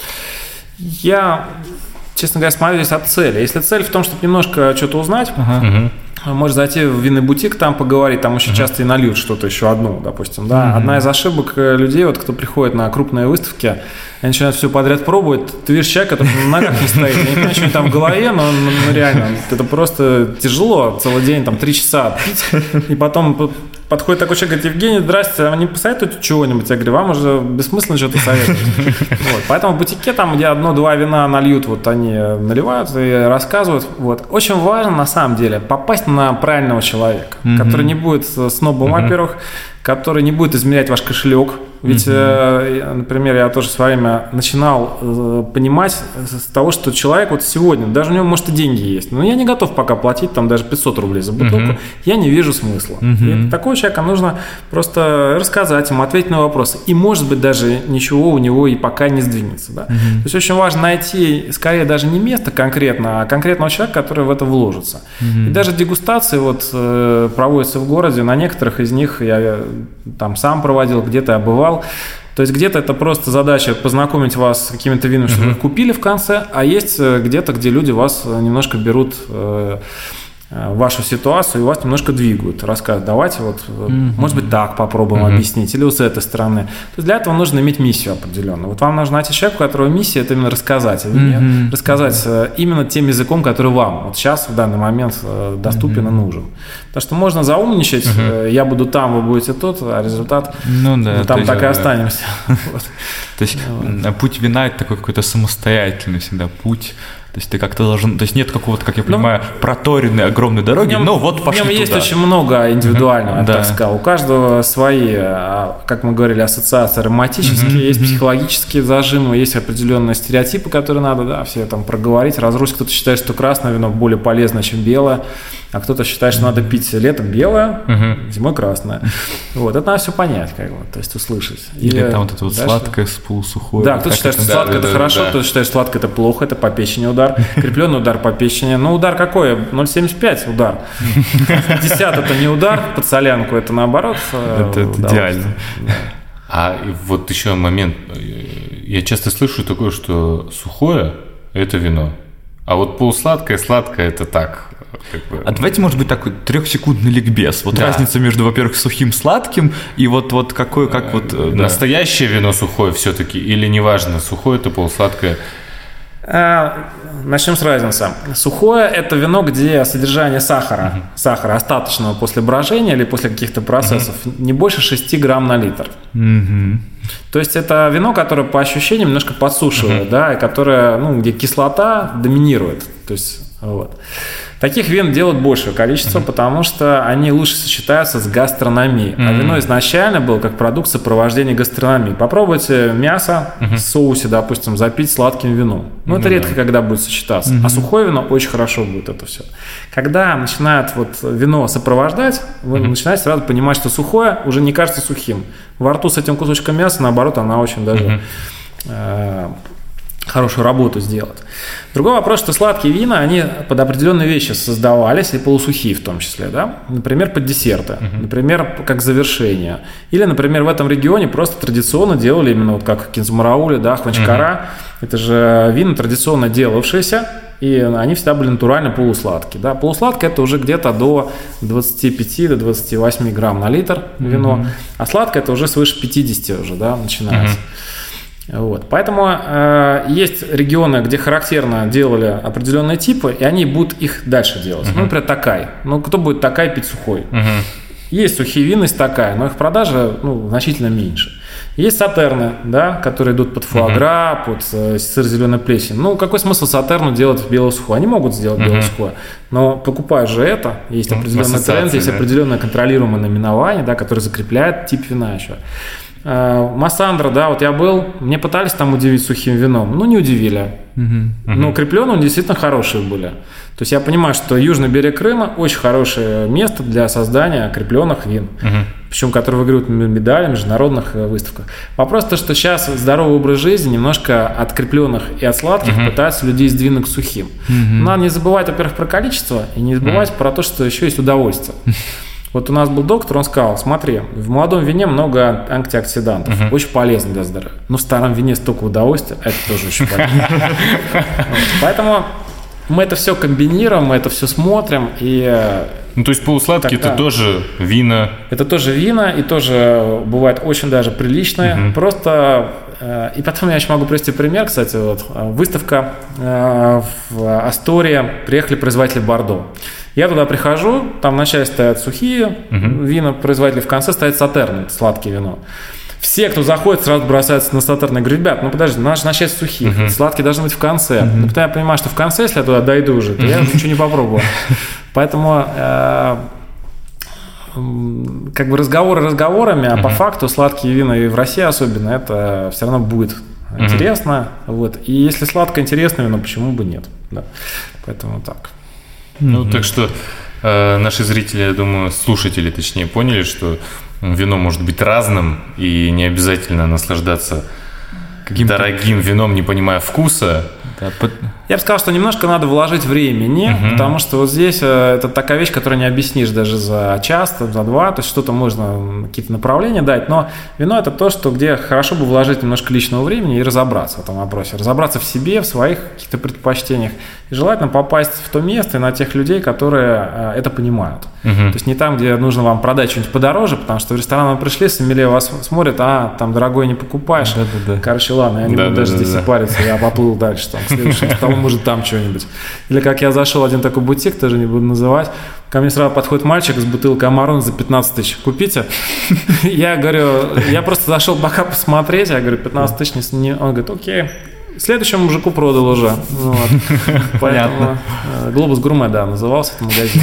Я, честно говоря, смотрю здесь от цели. Если цель в том, чтобы немножко что-то узнать, может зайти в винный бутик, там поговорить, там очень часто и нальют что-то еще одно, допустим. Да? Одна из ошибок людей, вот, кто приходит на крупные выставки, они начинают все подряд пробовать. Ты видишь человека, который на ногах не стоит. Я не понимаю, что там в голове, но реально, это просто тяжело целый день, там 3 часа пить, и потом подходит такой человек, говорит: Евгений, здрасте, а не посоветуете чего-нибудь? Я говорю: вам уже бессмысленно что-то советовать. Вот. Поэтому в бутике, там, где 1-2 вина нальют, вот они наливают и рассказывают. Вот. Очень важно, на самом деле, попасть на правильного человека, который не будет снобом, во-первых, который не будет измерять ваш кошелек. Ведь, например, я тоже в свое время начинал понимать с того, что человек вот сегодня, даже у него, может, и деньги есть, но я не готов пока платить там даже 500 рублей за бутылку, я не вижу смысла. И такого человека нужно просто рассказать ему, ответить на вопросы. И, может быть, даже ничего у него и пока не сдвинется. Да? То есть очень важно найти, скорее, даже не место конкретно, а конкретного человека, который в это вложится. И даже дегустации вот проводятся в городе, на некоторых из них я там сам проводил, где-то я бывал. То есть где-то это просто задача познакомить вас с какими-то винами, чтобы вы их купили в конце, а есть где-то, где люди вас немножко берут вашу ситуацию и вас немножко двигают, рассказывают: давайте вот, может быть, так попробуем объяснить, или вот с этой стороны. То есть для этого нужно иметь миссию определенную. Вот вам нужно найти человека, у которого миссия – это именно рассказать о вине, рассказать именно тем языком, который вам вот сейчас, в данный момент, доступен и нужен. Потому что можно заумничать, я буду там, вы будете тут, а результат там так и останемся. То есть путь вина – это такой какой-то самостоятельный всегда путь. То есть ты как-то должен, то есть нет какого-то, как я понимаю, проторенной огромной дороги, но вот пошли туда. В нем есть очень много индивидуального, я так сказал. У каждого свои, как мы говорили, ассоциации романтические, есть психологические зажимы, есть определенные стереотипы, которые надо, все там проговорить, разрушить. Кто-то считает, что красное вино более полезно, чем белое, а кто-то считает, что надо пить летом белое, зимой красное. Вот, это надо все понять, как бы, то есть услышать. Или там вот это вот сладкое с полусухое. Да, кто-то считает, что сладкое – это хорошо, кто-то считает, что сладкое – это плохо, это по печени удар. Крепленный удар по печени. Ну, удар какой? 0,75 удар. 50 – это не удар, под солянку – это наоборот. Это идеально. А вот еще момент. Я часто слышу такое, что сухое – это вино. А вот полусладкое, сладкое – это так. А давайте, может быть, такой 3-секундный ликбез. Вот Да. разница между, во-первых, сухим, сладким и вот какое, как вот... да. Настоящее вино сухое все-таки или неважно, сухое это полусладкое? Начнем с разницы. Сухое – это вино, где содержание сахара остаточного после брожения или после каких-то процессов не больше 6 грамм на литр. То есть это вино, которое по ощущениям немножко подсушивает, да, и которое, где кислота доминирует. То есть, вот. Таких вин делают большее количество, потому что они лучше сочетаются с гастрономией. А вино изначально было как продукт сопровождения гастрономии. Попробуйте мясо в соусе, допустим, запить сладким вином. Это редко когда будет сочетаться. А сухое вино очень хорошо будет это все. Когда начинает вино сопровождать, вы начинаете сразу понимать, что сухое уже не кажется сухим. Во рту с этим кусочком мяса, наоборот, она очень даже... хорошую работу сделать. Другой вопрос, что сладкие вина, они под определенные вещи создавались, и полусухие в том числе, да? Например, под десерты, например, как завершение. Или, например, в этом регионе просто традиционно делали именно как кинзмараули, да, хванчкара. Это же вина традиционно делавшиеся, и они всегда были натурально полусладкие. Да? Полусладкое – это уже где-то до 25-28 грамм на литр вино, а сладкое – это уже свыше 50 уже, да, начинается. Вот. Поэтому есть регионы, где характерно делали определенные типы, и они будут их дальше делать. Например, Токай. Кто будет Токай пить сухой? Есть сухие вина из Токая, но их продажа значительно меньше. Есть сатерны, да, которые идут под фуагра, под сыр зеленой плесень. Какой смысл сатерну делать в белое сухое? Они могут сделать белое сухое, но покупая же это, есть определенный тренд, есть определенное контролируемое наименование, да, которое закрепляет тип вина еще. Массандра, да, я был, мне пытались там удивить сухим вином, не удивили. Но крепленые действительно хорошие были. То есть я понимаю, что южный берег Крыма очень хорошее место для создания крепленных вин, причем которые выигрывают медали в международных выставках. Вопрос то, что сейчас здоровый образ жизни немножко от крепленных и от сладких пытаются людей сдвинуть к сухим. Надо не забывать, во-первых, про количество и не забывать про то, что еще есть удовольствие. У нас был доктор, он сказал, смотри, в молодом вине много антиоксидантов, очень полезно для здоровья. Но в старом вине столько удовольствия, это тоже очень полезно. Поэтому мы это все комбинируем, мы это все смотрим. То есть полусладкие это тоже вина? Это тоже вина, и тоже бывает очень даже приличные. Просто... И потом я еще могу привести пример, кстати, выставка в Астории, приехали производители Бордо. Я туда прихожу, там вначале стоят сухие вина, производители, в конце стоят сатерны, сладкие вино. Все, кто заходит, сразу бросаются на сатерны. Я говорю, ребят, подожди, надо же начать с сухих, сладкие должны быть в конце. Потом я понимаю, что в конце, если я туда дойду уже, то я ничего не попробую. Поэтому разговоры разговорами, а по факту сладкие вина и в России особенно, это все равно будет интересно. И если сладкое интересное вино, почему бы нет? Да. Поэтому так. Так что наши зрители, я думаю, слушатели, точнее, поняли, что вино может быть разным, и не обязательно наслаждаться каким-то дорогим вином, не понимая вкуса. Я бы сказал, что немножко надо вложить времени, потому что здесь это такая вещь, которую не объяснишь даже за час, за два, то есть что-то можно, какие-то направления дать, но вино – это то, где хорошо бы вложить немножко личного времени и разобраться в этом вопросе, разобраться в себе, в своих каких-то предпочтениях, и желательно попасть в то место и на тех людей, которые это понимают. То есть не там, где нужно вам продать что-нибудь подороже, потому что в ресторан вы пришли, сомелье вас смотрит, там дорогое не покупаешь, короче, ладно, я не буду даже здесь и париться, я поплыл дальше, там, к следующему столу, может, там что-нибудь. Или как я зашел в один такой бутик, тоже не буду называть, ко мне сразу подходит мальчик с бутылкой Амарон за 15 тысяч. Купите? Я говорю, я просто зашел пока посмотреть, я говорю, 15 тысяч не... Он говорит, окей. Следующему мужику продал уже. Поэтому Глобус Гурме, да, назывался этот магазин.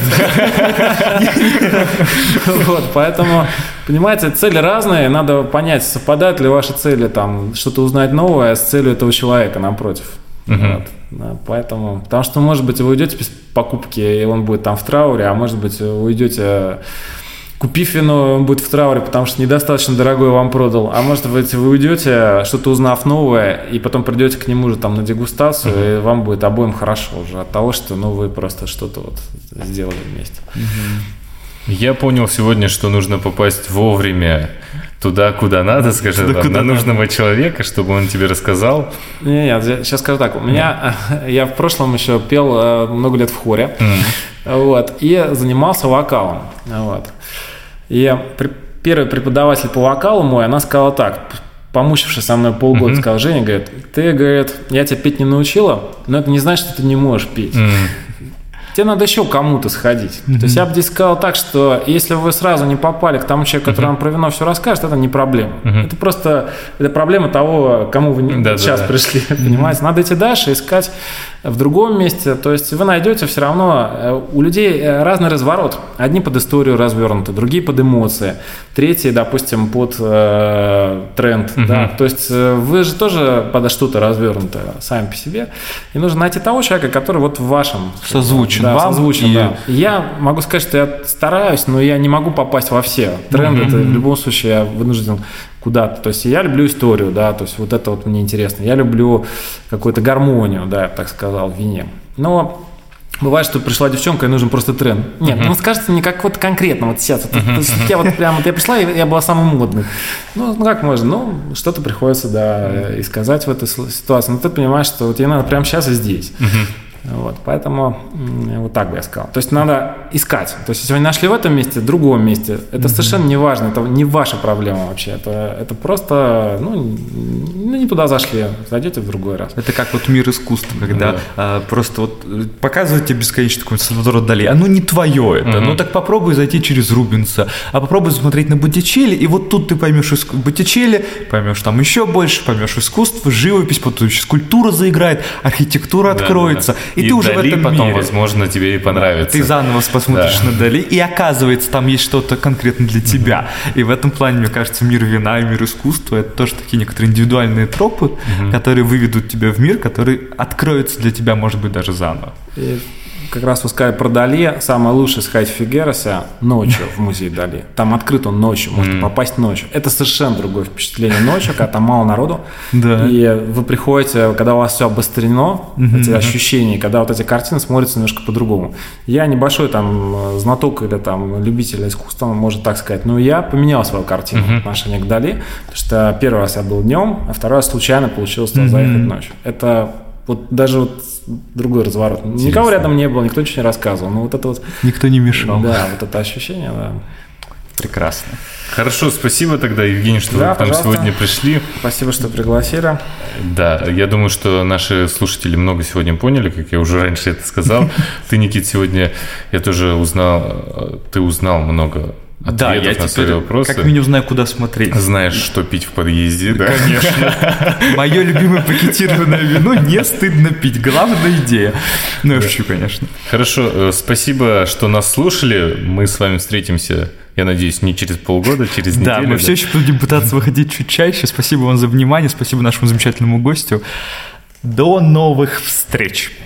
Поэтому, понимаете, цели разные, надо понять, совпадают ли ваши цели, там, что-то узнать новое с целью этого человека напротив. Поэтому, потому что, может быть, вы уйдете без покупки, и он будет там в трауре, а может быть, вы уйдете, купив вино, он будет в трауре, потому что недостаточно дорогое вам продал, а может быть, вы уйдете, что-то узнав новое, и потом придете к нему же там на дегустацию, и вам будет обоим хорошо уже от того, что вы просто что-то сделали вместе. Я понял сегодня, что нужно попасть вовремя туда, куда надо, скажи, на нужного человека, чтобы он тебе рассказал. Нет, сейчас скажу так. Я в прошлом еще пел много лет в хоре, вот, и занимался вокалом. Вот. И первый преподаватель по вокалу мой, она сказала так, помучившись со мной полгода, сказала: Женя, говорит, ты, говорит, я тебя петь не научила, но это не значит, что ты не можешь петь. Тебе надо еще кому-то сходить. То есть я бы здесь сказал так, что если вы сразу не попали к тому человеку, который вам про вино все расскажет, это не проблема. Это просто проблема того, кому вы сейчас пришли. Понимаете? Надо идти дальше, искать в другом месте. То есть вы найдете все равно, у людей разный разворот. Одни под историю развернуты, другие под эмоции, третьи, допустим, под тренд. Да? То есть вы же тоже под что-то развернуты сами по себе. И нужно найти того человека, который вот в вашем созвучен. Да, созвучен, да. Я могу сказать, что я стараюсь, но я не могу попасть во все тренды. Это в любом случае я вынужден куда-то. То есть я люблю историю, да, то есть вот это вот мне интересно. Я люблю какую-то гармонию, да, я так сказал, в вине. Но бывает, что пришла девчонка, и нужен просто тренд. Нет, ну скажете не как вот конкретно вот сейчас. Я вот прям, я пришла, и я была самой модной. Ну как можно? Ну, что-то приходится, да, и сказать в этой ситуации. Но ты понимаешь, что вот тебе надо прямо сейчас и здесь. Вот, поэтому вот так бы я сказал. То есть надо искать. То есть если вы не нашли в этом месте, в другом месте, это совершенно не важно, это не ваша проблема вообще. Это просто, не туда зашли, зайдете в другой раз. Это как вот мир искусства, когда просто вот показывают тебе бесконечно такой Сальвадор Дали. Оно не твое это. Ну так попробуй зайти через Рубенса, а попробуй смотреть на Боттичелли, и вот тут ты поймешь Боттичелли, поймешь там еще больше, поймешь искусство, живопись, потом скульптура заиграет, архитектура откроется. И ты уже Дали в этом потом, мире. возможно, тебе и понравится. Ты заново посмотришь на Дали, и оказывается, там есть что-то конкретно для тебя. И в этом плане, мне кажется, мир вина и мир искусства — это тоже такие некоторые индивидуальные тропы, которые выведут тебя в мир, который откроется для тебя, может быть, даже заново. И как раз вы сказали про Дали. Самое лучшее сходить в Фигеросе ночью в музей Дали. Там открыт он ночью, можно попасть ночью. Это совершенно другое впечатление ночью, когда там мало народу. Да. И вы приходите, когда у вас все обострено, эти ощущения, когда вот эти картины смотрятся немножко по-другому. Я небольшой там знаток или там любитель искусства, можно так сказать, но я поменял свою картину в отношении к Дали, потому что первый раз я был днем, а второй раз случайно получилось заехать ночью. Это вот даже вот другой разворот. Интересно. Никого рядом не было, никто ничего не рассказывал. Но вот это вот... Никто не мешал. Да, вот это ощущение, да. Прекрасно. Хорошо, спасибо тогда, Евгений, что вы к нам сегодня пришли. Спасибо, что пригласили. Да, я думаю, что наши слушатели много сегодня поняли, как я уже раньше это сказал. Ты, Никит, сегодня, я тоже узнал, ты узнал много ответов на свои вопросы. Как минимум знаю, куда смотреть. Знаешь, что пить в подъезде, да? Конечно. Мое любимое пакетированное вино не стыдно пить. Главная идея. Ну, я шучу, конечно. Хорошо, спасибо, что нас слушали. Мы с вами встретимся, я надеюсь, не через полгода, через неделю. Да, мы все еще будем пытаться выходить чуть чаще. Спасибо вам за внимание, спасибо нашему замечательному гостю. До новых встреч!